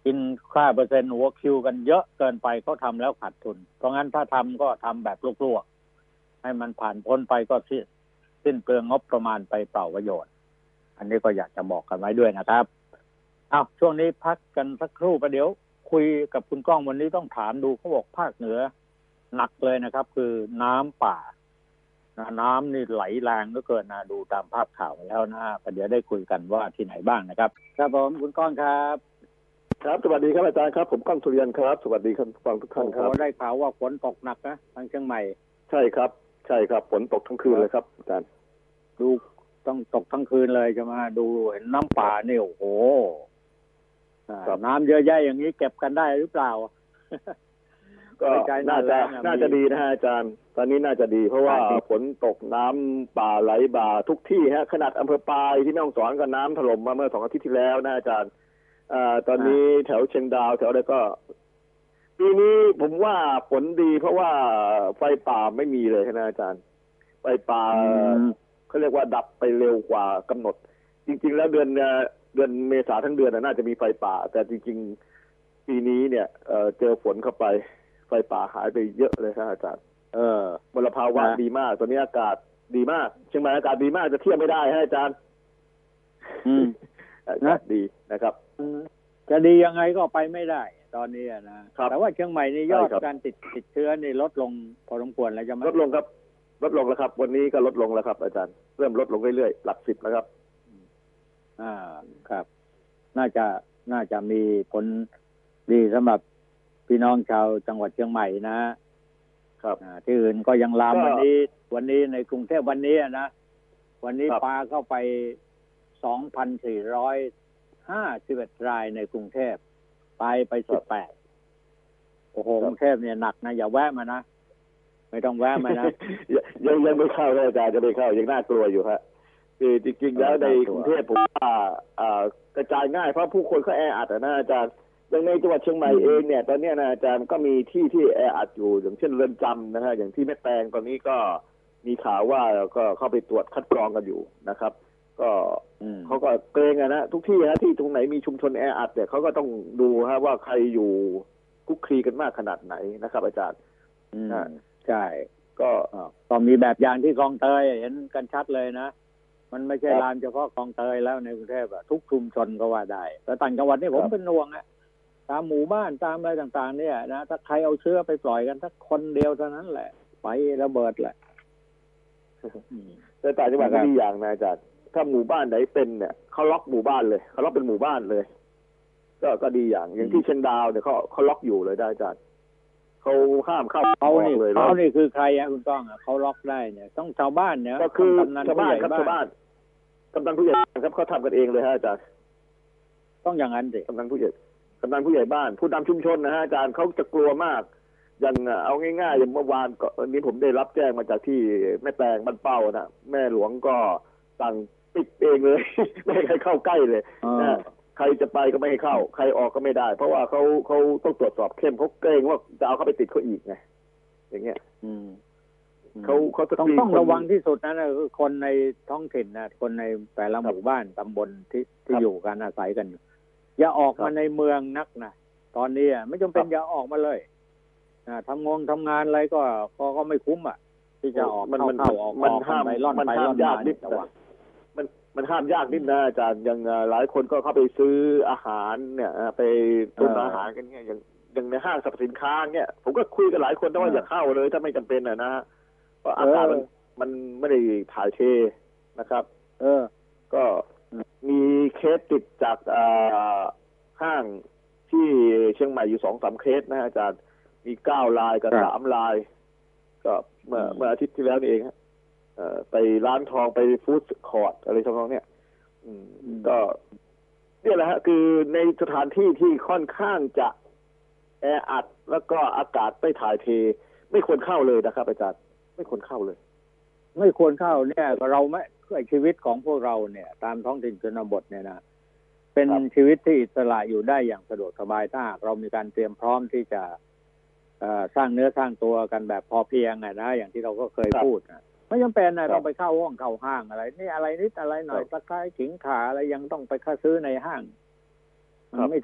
กินค่าเปอร์เซ็นต์หัวคิวกันเยอะเกินไปเขาทำแล้วขาดทุนเพราะงั้นถ้าทำก็ทำแบบลวกๆให้มันผ่านพ้นไปก็สิ้นเปลืองงบประมาณไปเปล่าประโยชน์อันนี้ก็อยากจะบอกกันไว้ด้วยนะครับอ้าวช่วงนี้พักกันสักครู่ประเดี๋ยวคุยกับคุณก้องวันนี้ต้องถามดูเขาบอกภาคเหนือหนักเลยนะครับคือน้ำป่าน้ำนี่ไหลแรงก็เกินนะดูตามภาพข่าวแล้วนะประเดี๋ยวได้คุยกันว่าที่ไหนบ้างนะครับครับผมคุณก้องครับครับสวัสดีครับอาจารย์ครับผมก้องสุริยันครับสวัสดีครับฟังทุกท่านครับได้ข่าวว่าฝนตกหนักนะทางเชียงใหม่ใช่ครับใช่ครับฝนตกทั้งคืนเลยครับอาจารย์ดูต้องตกทั้งคืนเลยจะมาดูเห็นน้ำป่านี่โอ้โหน้ำเยอะแยะอย่างนี้เก็บกันได้หรือเปล่าก็น่าจะน่าจะดีนะฮะอาจารย์ตอนนี้น่าจะดีเพราะว่าฝนตกน้ำป่าไหลบ่าทุกที่ฮะขนาดอำเภอปายที่แม่ฮ่องสอนก็น้ำถล่มมาเมื่อสองอาทิตย์ที่แล้วนะอาจารย์อ่าตอนนี้แถวเชียงดาวแถวอะไรก็ปีนี้ผมว่าฝนดีเพราะว่าไฟป่าไม่มีเลยนะอาจารย์ไฟป่าเขาเรียกว่าดับไปเร็วกว่ากำหนดจริงๆแล้วเดือนเดือนเมษาทั้งเดือนน่าจะมีไฟป่าแต่จริงๆปีนี้เนี่ยเอ่อเจอฝนเข้าไปไฟป่าหายไปเยอะเลยครับอาจารย์เออมลภาวะดีมากตอนนี้อากาศดีมากเชียงใหม่อากาศดีมากจะเทียบไม่ได้ฮะอาจารย์อืมอากาศดีนะครับจะดียังไงก็ไปไม่ได้ตอนนี้นะแต่ว่าเชียงใหม่นี่ยอดการติดติดเชื้อนี่ลดลงพอสมควรแล้วจะไหมลดลงครับลดลงแล้วครับวันนี้ก็ลดลงแล้วครับอาจารย์เริ่มลดลงเรื่อยๆหลักสิบแล้วครับอ่าครับน่าจะน่าจะมีผลดีสำหรับพี่น้องชาวจังหวัดเชียงใหม่นะครับที่อื่นก็ยังลามวันนี้วันนี้ในกรุงเทพวันนี้นะวันนี้ปาเข้าไป สองพันสี่ร้อยห้าสิบเอ็ด รายในกรุงเทพไปไปสิบแปดโอ้โหกรุงเทพเนี่ยหนักนะอย่าแวะมานะไม่ต้องแวะมานะยังยังไม่เข้าเลยอาจารย์จะไม่เข้ายังน่ากลัวอยู่ฮะคือจริงๆแล้วในกรุงเทพผมว่ากระจายง่ายเพราะผู้คนเขาแออัดนะอาจารย์อย่างในจังหวัดเชียงใหม่เองเนี่ยตอนนี้นะอาจารย์ก็มีที่ที่แออัดอยู่อย่างเช่นเรือนจำนะฮะอย่างที่แม่แตงตอนนี้ก็มีข่าวว่าก็เข้าไปตรวจคัดกรองกันอยู่นะครับก็เขาก็เกรงอะนะทุกที่ฮะที่ตรงไหนมีชุมชนแออัดเนี่ยเขาก็ต้องดูฮะว่าใครอยู่คุกคีกันมากขนาดไหนนะครับอาจารย์ใช่ก็ก็มีแบบอย่างที่คลองเตยเห็นกันชัดเลยนะมันไม่ใช่ลามเฉพาะคลองเตยแล้วในกรุงเทพอะทุกชุมชนก็ว่าได้แต่ต่างจังหวัดนี่ผมเป็นห่วงอะตามหมู่บ้านตามอะไรต่างๆเนี่ยนะถ้าใครเอาเชื้อไปปล่อยกันสักคนเดียวเท่านั้นแหละไประเบิดแหละแต่ต่างจังหวัดก็ดีอย่างนะอาจารย์ถ้าหมู่บ้านไหนเป็นเนี่ยเขาล็อกหมู่บ้านเลยเขาล็อกเป็นหมู่บ้านเลยก็ก็ดีอย่างอย่างที่เชียงดาวเนี่ยเขาเขาล็อกอยู่เลยได้อาจารย์เขาห้ามเข้าเขานี่เขานี่คือใครอะคุณก้องอะเขาล็อกได้เนี่ยต้องชาวบ้านเนี่ยก็คือชาวบ้านครับชาวบ้านกำนันผู้ใหญ่ครับเขาทำกันเองเลยฮะอาจารย์ต้องอย่างนั้นสิกำนันผู้ใหญ่กำนันผู้ใหญ่บ้านผู้นำชุมชนนะฮะอาจารย์เขาจะกลัวมากอย่างเอาง่ายๆอย่างเมื่อวานก็วันนี้ผมได้รับแจ้งมาจากที่แม่แตงบ้านเป้านะแม่หลวงก็สั่งปิดเองเลยไม่ให้ใครเข้าใกล้เลยนะใครจะไปก็ไม่ให้เข้าใครออกก็ไม่ได้เพราะว่าเขาเขาต้องตรวจสอบเข้มเขาเกรงว่าจะเอาเขาไปติดเขาอีกไงอย่างเงี้ยเขาเขาต้องต้องระวังที่สุดนะคือคนในท้องถิ่นนะคนในแต่ละหมู่บ้านตำบลที่ที่อยู่กันอาศัยกันอย่าออกมาในเมืองนักนะตอนนี้ไม่จำเป็นอย่าออกมาเลยทำงงทำงานอะไรก็ก็ไม่คุ้มอ่ะที่จะออกเข้าเข้าออกมันห้ามมันห้ามยากนิดนะมันมันห้ามยากนิดนะอาจารย์อย่างหลายคนก็เข้าไปซื้ออาหารเนี่ยไปตุนอาหารกันเนี่ยอย่างอย่างในห้างสรรพสินค้าเนี่ยผมก็คุยกับหลายคนว่าอย่าเข้าเลยถ้าไม่จำเป็นอ่ะนะเพราะอากาศมันมันไม่ได้ถ่ายเทนะครับ เออก็มีเคสติดจากห้างที่เชียงใหม่อยู่สองสามเคสนะอาจารย์มีเก้ารายกับสามรายก็เมื่อเมื่ออาทิตย์ที่แล้วนี่เองฮะไปร้านทองไปฟู้ดคอร์ทอะไรทำนองเนี้ยก็เนี่ยแหละฮะคือในสถานที่ที่ค่อนข้างจะแออัดแล้วก็อากาศไม่ถ่ายเทไม่ควรเข้าเลยนะครับอาจารย์ไม่ควรเข้าเลยไม่ควรเข้าเนี่ยเราไม่ชีวิตของพวกเราเนี่ยตามท้องถิ่นชนบทเนี่ยนะเป็นชีวิตที่อิสระอยู่ได้อย่างสะดวกสบายถ้าเรามีการเตรียมพร้อมที่จะสร้างเนื้อสร้างตัวกันแบบพอเพียงนะอย่างที่เราก็เคยพูดนะไม่จำเป็นนะต้องไปเข้าห้องเข้าห้างอะไรนี่อะไรนิดอะไรหน่อยตะไคร้ขิงข่าอะไรยังต้องไปค้าซื้อในห้างมันไม่ถูกอ่ะ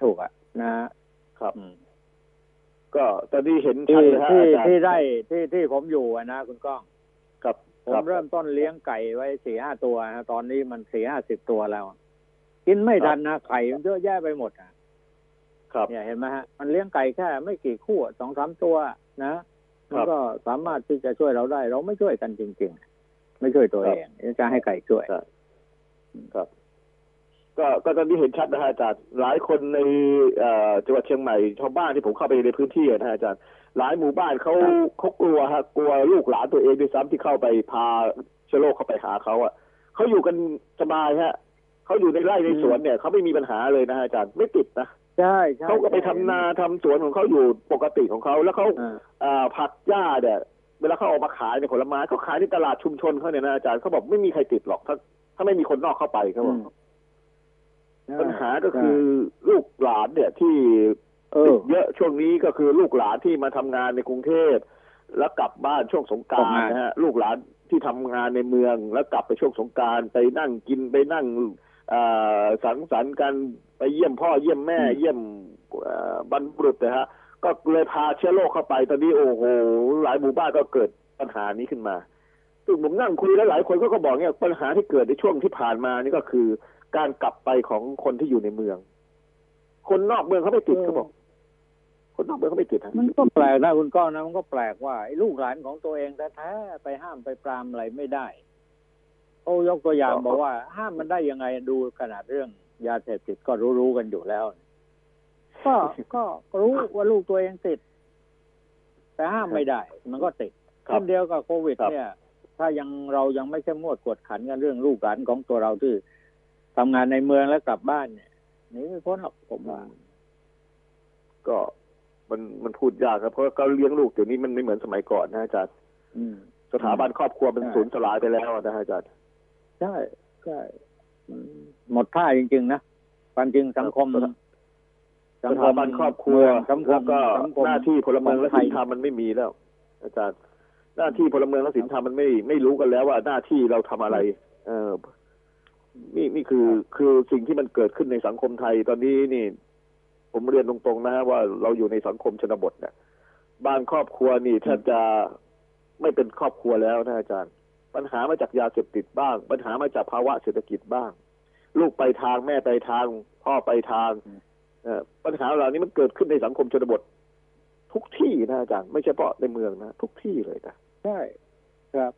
นะครับก็ตอนนี้เห็นชัดเลยฮะที่อาจารย์ที่ได้ที่ที่ผมอยู่นะคุณก้องครับผมเริ่มต้นเลี้ยงไก่ไว้สี่ห้าตัวนะตอนนี้มันสี่ห้าสิบตัวแล้ว กินไม่ทันนะไข่มันเยอะแยะไปหมดอ่ะครับเนี่ยเห็นไหมฮะมันเลี้ยงไก่แค่ไม่กี่คู่สองสามตัวนะมันก็สามารถที่จะช่วยเราได้เราไม่ช่วยกันจริงๆไม่ช่วยตัวเองจะให้ไก่ช่วยครับก็ก็ตอนนี้เห็นชัดนะฮะอาจารย์หลายคนในจังหวัดเชียงใหม่ชาวบ้านที่ผมเข้าไปในพื้นที่นะฮะอาจารย์หลายหมู่บ้านเขาเขากลัวฮะกลัวลูกหลานตัวเองด้วยซ้ำที่เข้าไปพาเชื้อโรคเข้าไปหาเขาอ่ะเขาอยู่กันสบายฮะเขาอยู่ในไร่ในสวนเนี่ยเขาไม่มีปัญหาเลยนะอาจารย์ไม่ติดนะใช่ใช่เขาก็ไปทำนาทำสวนของเขาอยู่ปกติของเขาแล้วเขาผักหญ้าเนี่ยเวลาเขาออกมาขายในผลไม้เขาขายในตลาดชุมชนเขาเนี่ยนะอาจารย์เขาบอกไม่มีใครติดหรอกถ้าถ้าไม่มีคนนอกเข้าไปเขาบอกปัญหาก็คือลูกหลานเนี่ยที่ติดเยอะช่วงนี้ก็คือลูกหลานที่มาทำงานในกรุงเทพแล้วกลับบ้านช่วงสงกรานต์นะฮะลูกหลานที่ทำงานในเมืองแล้วกลับไปช่วงสงกรานต์ไปนั่งกินไปนั่งสังสรรค์กันไปเยี่ยมพ่อเยี่ยมแม่เยี่ยมบรรพบุรุษนะฮะก็เลยพาเชื้อโรคเข้าไปตอนนี้โอ้โหหลายหมู่บ้านก็เกิดปัญหานี้ขึ้นมาซึ่งผมนั่งคุยแล้วหลายคนก็บอกเนี่ยปัญหาที่เกิดในช่วงที่ผ่านมานี่ก็คือการกลับไปของคนที่อยู่ในเมืองคนนอกเมืองเขาไม่ติดเขาบอกคนนอกเมืองเขาไม่ติดมันก็แปลกนะคุณก้องนะมันก็แปลกว่าไอ้ลูกหลานของตัวเองแท้ๆไปห้ามไปปรามอะไรไม่ได้โอ้ยกตัวอย่างบอกว่าห้ามมันได้ยังไงดูขนาดเรื่องยาเสพติดก็รู้ๆกันอยู่แล้วก็ก็รู้ว่าลูกตัวเองติดแต่ห้ามไม่ได้มันก็ติดเช่นเดียวกับโควิดเนี่ยถ้ายังเรายังไม่เข้มงวดกวดขันกันเรื่องลูกหลานของตัวเราที่ทำงานในเมืองแล้วกลับบ้านเนี่ยนี่ไม่พ้นหรอกผมว่าก็มันมันพูดยากครับเพราะการเลี้ยงลูกเดี๋ยวนี้มันไม่เหมือนสมัยก่อนนะอาจารย์สถาบันครอบครัวมันสูญสลายไปแล้วนะอาจารย์ใช่ใช่หมดท่าจริงๆนะความจริงสังคมสถาบันครอบครัวแล้วก็หน้าที่พลเมืองและศีลธรรมมันไม่มีแล้วอาจารย์หน้าที่พลเมืองและศีลธรรมมันไม่ไม่รู้กันแล้วว่าหน้าที่เราทำอะไรเออนี่นี่คือคือสิ่งที่มันเกิดขึ้นในสังคมไทยตอนนี้นี่ผมเรียนตรงๆนะว่าเราอยู่ในสังคมชนบทเนี่ยบางครอบครัวนี่แทบจะไม่เป็นครอบครัวแล้วนะอาจารย์ปัญหามาจากยาเสพติดบ้างปัญหามาจากภาวะเศรษฐกิจบ้างลูกไปทางแม่ไปทางพ่อไปทางปัญหาเหล่านี้มันเกิดขึ้นในสังคมชนบททุกที่นะอาจารย์ไม่ใช่เฉพาะในเมืองนะทุกที่เลยนะใช่ครับ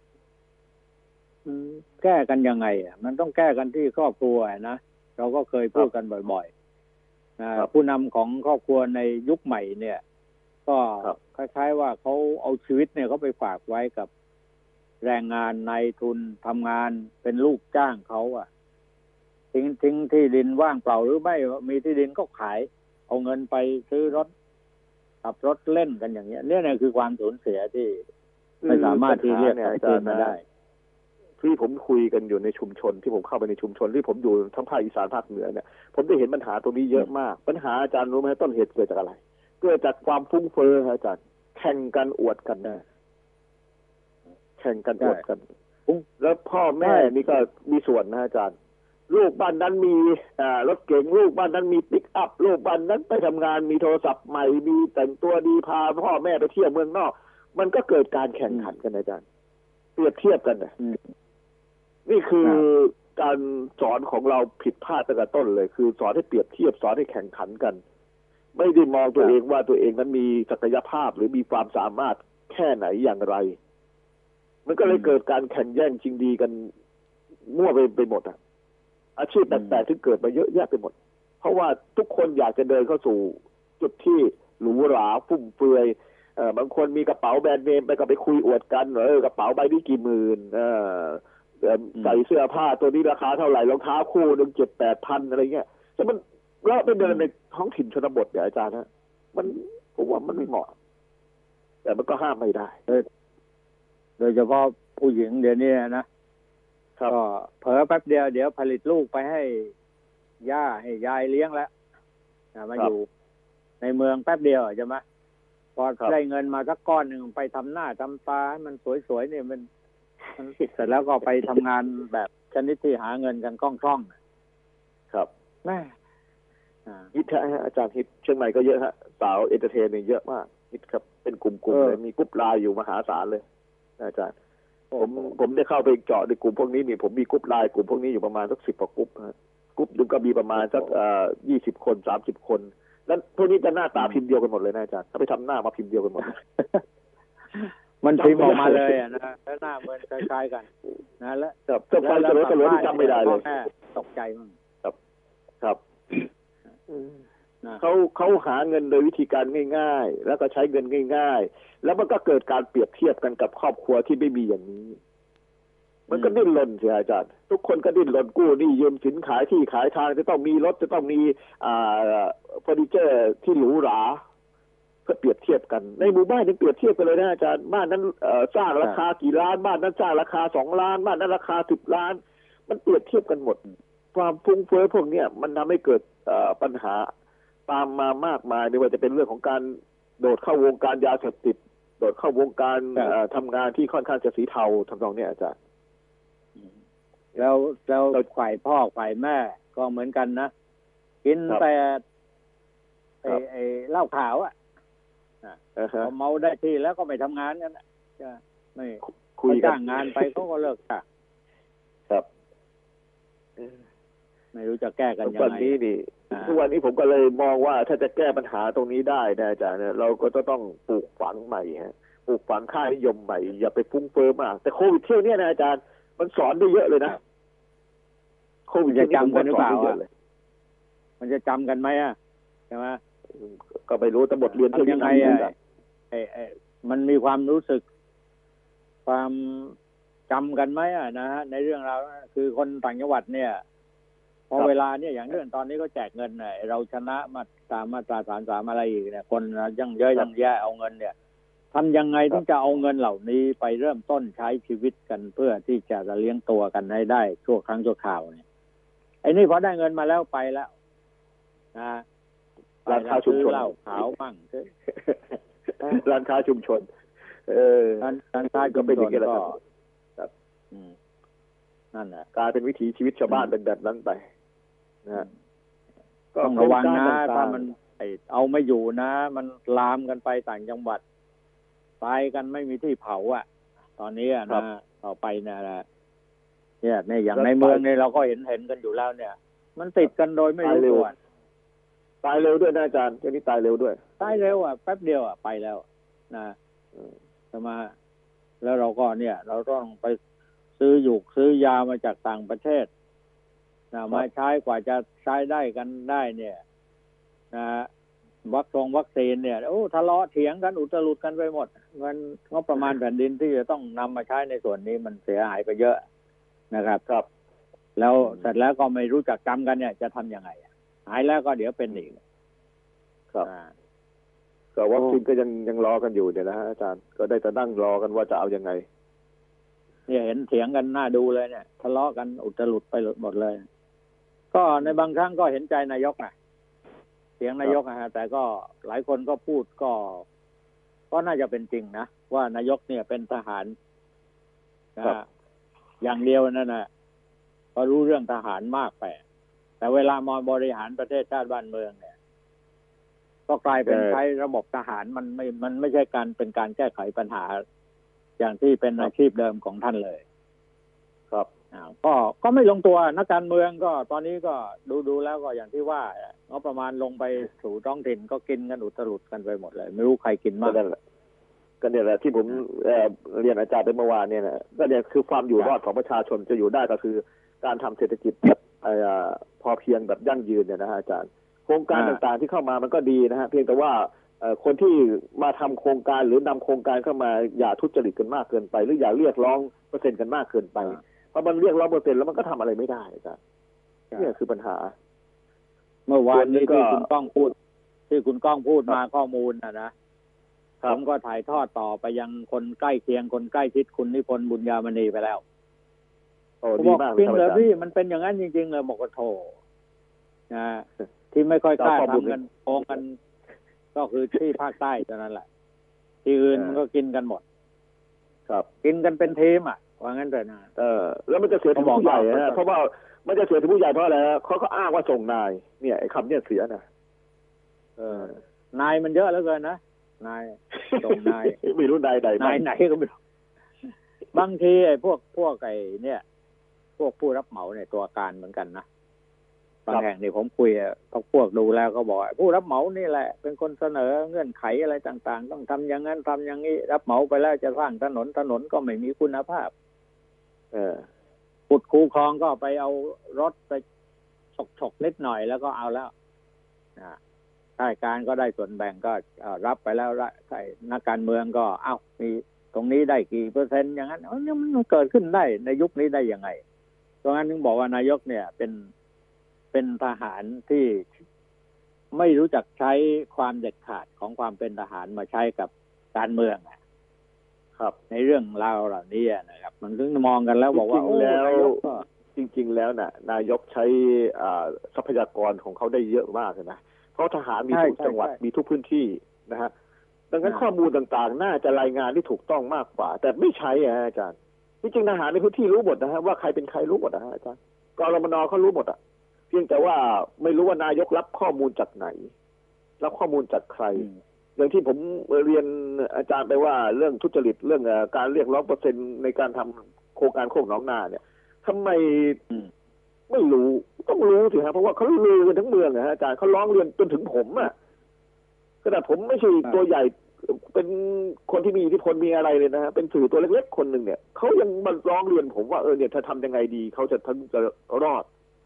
แก้กันยังไงอ่ะมันต้องแก้กันที่ครอบครัวนะเราก็เคยพูดกันบ่อยๆผู้นำของครอบครัวในยุคใหม่เนี่ยก็คล้ายๆว่าเขาเอาชีวิตเนี่ยเขาไปฝากไว้กับแรงงานนายทุนทำงานเป็นลูกจ้างเขาอ่ะทิ้งทิ้งที่ดินว่างเปล่าหรือไม่มีที่ดินก็ขายเอาเงินไปซื้อรถขับรถเล่นกันอย่างเงี้ยเนี่ยคือความสูญเสียที่ไม่สามารถที่เรียกคืนมาได้ที่ผมคุยกันอยู่ในชุมชนที่ผมเข้าไปในชุมชนที่ผมอยู่ทั้งภาคอีสานภาคเหนือเนี่ยผมได้เห็นปัญหาตรงนี้เยอะมากปัญหาอาจารย์รู้ไหมต้นเหตุเกิดจากอะไรเกิดจากความฟุ้งเฟ้ออาจารย์แข่งกันอวดกันนะแข่งกันอวดกันแล้วพ่อแม่นี่ก็มีส่วนนะอาจารย์ลูกบ้านนั้นมีอ่ารถเก๋งลูกบ้านนั้นมีปิกอัพลูกบ้านนั้นไปทำงานมีโทรศัพท์ใหม่มีแต่งตัวดีพาพ่อแม่ไปเที่ยวเมืองนอกมันก็เกิดการแข่งขันกันอาจารย์เปรียบเทียบกันนะนี่คือการสอนของเราผิดพลาดตั้งแต่ต้นเลยคือสอนให้เปรียบเทียบสอนให้แข่งขันกันไม่ได้มองตัวเองว่าตัวเองนั้นมีศักยภาพหรือมีความสามารถแค่ไหนอย่างไรมันก็เลยเกิดการแข่งแย่งชิงดีกันมั่วไปไปหมดอ่ะอาชีพแปลกๆที่เกิดมาเยอะแยะไปหมดเพราะว่าทุกคนอยากจะเดินเข้าสู่จุดที่หรูหราฟุ่มเฟือยเอ่อบางคนมีกระเป๋าแบรนด์เนมไปก็ไปคุยอวดกันเออกระเป๋าใบนี้กี่หมื่นเออใส่เสื้อผ้าตัวนี้ราคาเท่าไหร่รองเท้าคู่หนึ่งเจ็ดแปดพันอะไรเงี้ยแต่มันเราไปเดินในท้องถิ่นชนบทเนี่ยอาจารย์ฮะมันผมว่ามันไม่เหมาะแต่มันก็ห้ามไม่ได้โดยเฉพาะผู้หญิงเดี๋ยวนี้นะก็เผลอแป๊บเดียวเดี๋ยวผลิตลูกไปให้ย่าให้ยายเลี้ยงแล้วมาอยู่ในเมืองแป๊บเดียวใช่ไหมพอได้เงินมาสักก้อนหนึ่งไปทำหน้าทำตาให้มันสวยๆเนี่ยมันมันเสร็จแล้วก็ไปทำงานแบบชนิดที่หาเงินกันคล่องๆครับแม่ฮิตฮะอาจารย์ฮิตเชียงใหม่ก็เยอะฮะสาวเอนเตอร์เทนเนี่ยเยอะมากฮิตครับเป็นกลุ่มๆเลยมีกรุ๊ปไลน์อยู่มหาศาลเลยอาจารย์ผมผมได้เข้าไปเจาะในกลุ่มพวกนี้นี่ผมมีกรุ๊ปไลน์กลุ่มพวกนี้อยู่ประมาณสักสิบกว่ากรุ๊ปฮะกรุ๊ปนึงก็มีประมาณสักเอ่อยี่สิบคนสามสิบคนแล้วพวกนี้จะหน้าตาพิมพ์เดียวกันหมดเลยนะอาจารย์ถ้าไปทำหน้ามาพิมพ์เดียวกันหมดมันพิมพ์ออกมาเลยอ่ะนะแล้วหน้าเหมือนคล้ายๆกันนะแล้วจะฟังสลดสลดที่จำไม่ได้เลยตกใจมั้งครับครับเขาเขาหาเงินโดยวิธีการง่ายๆแล้วก็ใช้เงินง่ายๆแล้วมันก็เกิดการเปรียบเทียบกันกับครอบครัวที่ไม่มีอย่างนี้มันก็ดิ้นรนสิอาจารย์ทุกคนก็ดิ้นรนกู้หนี้ยืมสินขายที่ขายทางจะต้องมีรถจะต้องมีอ่าเฟอร์นิเจอร์ที่หรูหราเพื่อเปรียบเทียบกันในหมู่บ้านยังเปรียบเทียบกันเลยนะอาจารย์บ้านนั้นสร้างราคากี่ล้านบ้านนั้นสร้างราคาสองล้านบ้านนั้นราคาสิบล้านมันเปรียบเทียบกันหมดความฟุ้งเฟ้อพวกนี้มันทำให้เกิดปัญหาตามมามากมายไม่ว่าจะเป็นเรื่องของการโดดเข้าวงการยาเสพติดโดดเข้าวงการทำงานที่ค่อนข้างจะสีเทาทำนองนี้อาจารย์แล้วแล้วฝ่ายพ่อฝ่ายแม่ก็เหมือนกันนะกินแต่ไอ้ไอ้เหล้าขาวอ่ะพอเมาได้ที่แล้วก็ไม่ทำงานกันจะไม่คุยจ้างงานไปเขาก็เลิกค่ะครับไม่รู้จะแก้กันยังไงวันนี้นี่ทุกวันนี้ผมก็เลยมองว่าถ้าจะแก้ปัญหาตรงนี้ได้นะอาจารย์เราก็จะต้องปลูกฝังใหม่ฮะปลูกฝังค่านิยมใหม่อย่าไปฟุ้งเฟ้อมากแต่โควิดเที่ยวนี้นะอาจารย์มันสอนได้เยอะเลยนะโควิดจะจำกันหรือเปล่ามันจะจำกันไหมอ่ะใช่ไหมก็ไม่รู้แต่บทเรียนที่ยังไงอ่ะไอ้ไอ้มันมีความรู้สึกความจำกันไหมอ่ะนะฮะในเรื่องราวคือคนต่างจังหวัดเนี่ยพอเวลาเนี่ยอย่างเรื่องตอนนี้ก็แจกเงินเนี่ยเราชนะมาตามมาตราสามสามอะไรอีกเนี่ยคนยังเยอะยังแย่เอาเงินเนี่ยทำยังไงถึงจะเอาเงินเหล่านี้ไปเริ่มต้นใช้ชีวิตกันเพื่อที่จะเลี้ยงตัวกันให้ได้ชั่วครั้งชั่วคราวเนี่ยไอ้นี่พอได้เงินมาแล้วไปแล้วนะร้านค้าชุมชนเหล้าขาวมั่งร้านค้าชุมชนเออร้านค้าชุมชนก็นั่นแหละกลายเป็นวิถีชีวิตชาวบ้านเป็นแบบนั้นไปนะต้องระวังนะถ้ามันเอาไม่อยู่นะมันลามกันไปต่างจังหวัดตายกันไม่มีที่เผาอ่ะตอนนี้อ่ะนะต่อไปเนี่ยนะเนี่ยเนี่ยอย่างในเมืองเนี่ยเราก็เห็นเห็นกันอยู่แล้วเนี่ยมันติดกันโดยไม่รู้ตัวตายเร็วด้วยนะอาจารย์เจ้านี้ตายเร็วด้วยตายเร็วอ่ะแป๊บเดียวอ่ะไปแล้วนะจะมาแล้วเราก็เนี่ยเราต้องไปซื้อหยูกซื้อยามาจากต่างประเทศนะมาใช้กว่าจะใช้ได้กันได้เนี่ยนะวัคซงวัคซีนเนี่ยโอ้ทะเลาะเถียงกันอุตลุดกันไปหมดเงินงบประมาณแผ่นดินที่จะต้องนำมาใช้ในส่วนนี้มันเสียหายไปเยอะนะครับครับแล้วเสร็จแล้วก็ไม่รู้จักจำกันเนี่ยจะทำยังไงหายแล้วก็เดี๋ยวเป็นอีกครับก็วัคซีนก็ยังยังรอกันอยู่เนี่ยนะฮะอาจารย์ก็ได้แต่นั่งรอกันว่าจะเอายังไงเนี่ยเห็นเถียงกันน่าดูเลยเนี่ยทะเลาะกันอุตลุดไปหมดเลยก็ในบางครั้งก็เห็นใจนายกนะเสียงนายกนะฮะแต่ก็หลายคนก็พูดก็ก็น่าจะเป็นจริงนะว่านายกเนี่ยเป็นทหารนะอย่างเดียวนั่นนะก็รู้เรื่องทหารมากไปแต่เวลามาบริหารประเทศชาติบ้านเมืองเนี่ยก็กลายเป็นใช้ระบบทหารมันไม่มันไม่ใช่การเป็นการแก้ไขปัญหาอย่างที่เป็นอาชีพเดิมของท่านเลยครับก็ก็ไม่ลงตัวนักการเมืองก็ตอนนี้ก็ดูดูแล้วก็อย่างที่ว่างบประมาณลงไปสู่ท้องถิ่นก็กินกันอุตรุดกันไปหมดเลยไม่รู้ใครกินมากก็เนี่ยแหละที่ผมเรียนอาจารย์ไปเมื่อวานเนี่ยนะก็เนี่ยคือความอยู่รอดของประชาชนจะอยู่ได้ก็คือการทำเศรษฐกิจแบบพอเพียงแบบยั่งยืนเนี่ยนะฮะอาจารย์โครงการต่างๆที่เข้ามามันก็ดีนะฮะเพียงแต่ว่าคนที่มาทำโครงการหรือนำโครงการเข้ามาอย่าทุจริตกันมากเกินไปหรืออย่าเรียกร้องเปอร์เซ็นต์กันมากเกินไปเพราะมันเรียกร้องเปอร์เซ็นต์แล้วมันก็ทำอะไรไม่ได้อาจารย์นี่คือปัญหาเมื่อวานนี้ที่คุณก้องพูดที่คุณก้องพูดมาข้อมูลนะนะผมก็ถ่ายทอดต่อไปยังคนใกล้เคียงคนใกล้ชิดคุณนิพนธ์บุญญามณีไปแล้วโอ้ดีมากจริงเลยพี่มันเป็นอย่างนั้นจริงๆเลยบอกว่าโถนะที่ไม่ค่อยกล้าทำกันโกงกันก็คือที่ภาคใต้เท่านั้นแหละที่อื่นมันก็กินกันหมดครับกินกันเป็นทีมอ่ะว่างั้นเลยนะเออแล้วมันจะเสียถึงผู้ใหญ่นะเพราะว่ามันจะเสียถึงผู้ใหญ่เพราะอะไรเขาก็อ้างว่าส่งนายเนี่ยไอ้คำเนี่ยเสียนะเออนายมันเยอะแล้วเกินนะนายส่งนายไม่รู้นายใดนายไหนก็ไม่รู้บางทีไอ้พวกพวกไอ้เนี่ยพวกผู้รับเหมาเนี่ยตัวการเหมือนกันนะบางแห่งนี่ผมคุยกับพวกดูแล้วก็บอกผู้รับเหมานี่แหละเป็นคนเสนอเงื่อนไขอะไรต่างๆต้องทำอย่างนั้นทำอย่างนี้รับเหมาไปแล้วจะสร้างถนนถนนก็ไม่มีคุณภาพเออขุดคูคลองก็ไปเอารถไปฉกๆนิดหน่อยแล้วก็เอาแล้วนะข้าราชการก็ได้ส่วนแบ่งก็รับไปแล้วใช่นักการเมืองก็เอ้ามีตรงนี้ได้กี่เปอร์เซ็นต์อย่างนั้นเนี่ยมันเกิดขึ้นได้ในยุคนี้ได้ยังไงเพราะงั้นถึงบอกว่านายกเนี่ยเป็นเป็นทหารที่ไม่รู้จักใช้ความเด็ดขาดของความเป็นทหารมาใช้กับการเมืองครับในเรื่องราวเหล่านี้นะครับมันถึงมองกันแล้วบอกว่าจริงๆแล้วจริงๆแล้วน่ะนายกใช้ทรัพยากรของเขาได้เยอะมากนะเพราะทหารมีทุกจังหวัดมีทุกพื้นที่นะฮะดังนั้นข้อมูลต่างๆน่าจะรายงานที่ถูกต้องมากกว่าแต่ไม่ใช้อาจารย์ที่จริงทหารในพื้นที่รู้หมดนะฮะว่าใครเป็นใครรู้หมดนะฮะอาจารย์กรมนเขารู้หมดอ่ะเพียงแต่ว่าไม่รู้ว่านายกรับข้อมูลจากไหนรับข้อมูลจากใครอย่างที่ผมเรียนอาจารย์ไปว่าเรื่องทุจริตเรื่องการเรียกร้องเปอร์เซ็นต์ในการทำโครงการโคกหนองนาเนี่ยทำไมไม่รู้ต้องรู้สิครับเพราะว่าเขาลือกันทั้งเมืองนะอาจารย์เขาร้องเรียนจนถึงผมอ่ะขนาดผมไม่ใช่ตัวใหญ่เป็นคนที่มีอิทธิพลมีอะไรเลยนะฮะเป็นสื่อตัวเล็กๆคนหนึ่งเนี่ยเขายังมาร้องเรียนผมว่าเออเนี่ยถ้าทำยังไงดีเขาจะทั้งจะรอด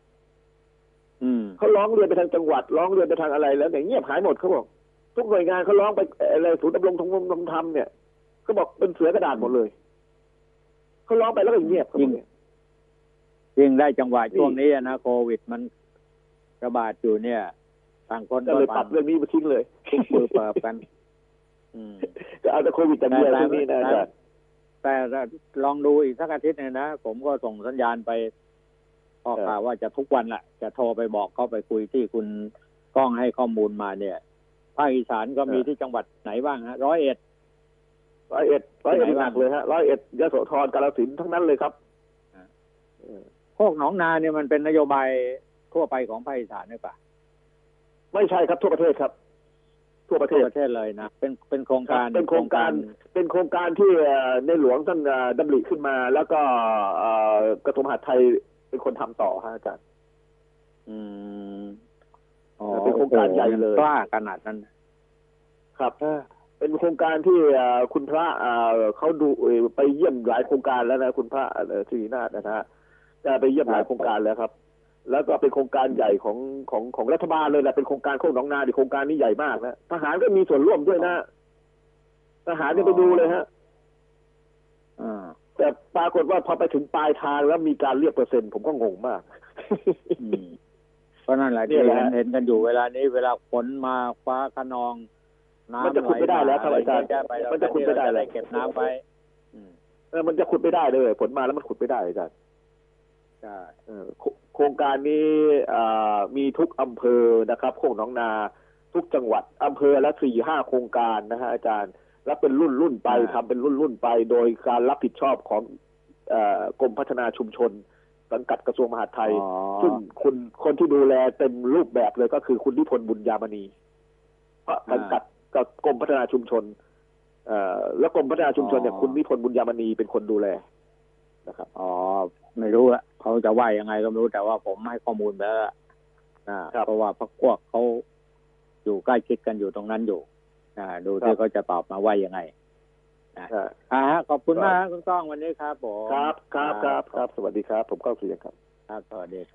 เขาร้องเรียนไปทางจังหวัดร้องเรียนไปทางอะไรแล้วเนี่ยเงียบหายหมดเขาบอกทุกหน่วยงานเขาร้องไปอะไรศูนย์ดำรงธรรมเนี่ยเขาบอกเป็นเสือกระดาษหมดเลยเขาร้องไปแล้วก็เงียบยิ่งยิ่งได้จังหวะช่วงนี้นะโควิดมันระบาดอยู่เนี่ยต่างคนก็เลยปรับเรื่องนี้มาทิ้งเลยทุกมือเปิดกันก็เอาแต่โควิดแต่เดียวตรงนี้นะอาจารย์แต่ลองดูอีกสักอาทิตย์นึงนะผมก็ส่งสัญญาณไปออกข่าวว่าจะทุกวันละจะโทรไปบอกเขาไปคุยที่คุณก้องให้ข้อมูลมาเนี่ยภาคอีสานก็มีที่จังหวัดไหนบ้างฮะร้อยเอ็ดร้อยเอ็ดร้อยเอ็ดหนักเลยฮะร้อยเอ็ดยโสธรกาฬสินธุ์ทั้งนั้นเลยครับโคกหนองนาเนี่ยมันเป็นนโยบายทั่วไปของภาคอีสานหรือเปล่าไม่ใช่ครับทั่วประเทศครับทั่วประเทศประเทศเลยนะเป็นเป็นโครงการเป็นโครงการเป็นโครงการที่ในหลวงท่านดำริขึ้นมาแล้วก็กระทรวงมหาดไทยเป็นคนทำต่อฮะอาจารย์อืมเป็นโครงการใหญ่เลยกล้าขนาดนั้นครับเป็นโครงการที่คุณพระเขาดูไปเยี่ยมหลายโครงการแล้วนะคุณพระศิรินาถนะฮะจะไปเยี่ยมหลายโครงการแล้วครับแล้วก็เป็นโครงการใหญ่ของของของรัฐบาลเลยแหละเป็นโครงการโคกหนองนาดิโครงการนี้ใหญ่มากนะทหารก็มีส่วนร่วมด้วยนะทหารจะไปดูเลยฮะแต่ปรากฏว่าพอไปถึงปลายทางแล้วมีการเรียกเปอร์เซ็นต์ผมก็งงมากเพราะนั่นแหละที่เห็นกันอยู่เวลานี้เวลาฝนมาฟ้าคะนองน้ำมันจะขุดไม่ได้แล้วครับอาจารย์มันจะขุดไม่ได้เลยเก็บน้ำไว้เออมันจะขุดไม่ได้เลยฝนมาแล้วมันขุดไม่ได้อาจารย์ใช่โครงการนี้มีทุกอำเภอนะครับโคกหนองนาทุกจังหวัดอำเภอละสี่ห้าโครงการนะฮะอาจารย์แล้วเป็นรุ่นรุ่นไปทำเป็นรุ่นรุ่นไปโดยการรับผิดชอบของกรมพัฒนาชุมชนสังกัดกระทรวงมหาดไทยซึ่งคุณคนที่ดูแลเต็มรูปแบบเลยก็คือคุณนิพนธ์บุญญามณีเพราะสังกัดกับกรมพัฒนาชุมชนแล้วกรมพัฒนาชุมชนเนี่ยคุณนิพนธ์บุญญามณีเป็นคนดูแลนะครับอ๋อไม่รู้ละเขาจะว่ายังไงก็ไม่รู้แต่ว่าผมให้ข้อมูลไปแล้วนะเพราะว่าพรรคพวกเขาอยู่ใกล้ชิดกันอยู่ตรงนั้นอยู่นะดูที่เขาจะตอบมาว่ายังไงนะอ่าขอบคุณมากคุณก้องวันนี้ครับผมครับครับครับครับสวัสดีครับผมก้องเสียงครับครับสวัสดีครับ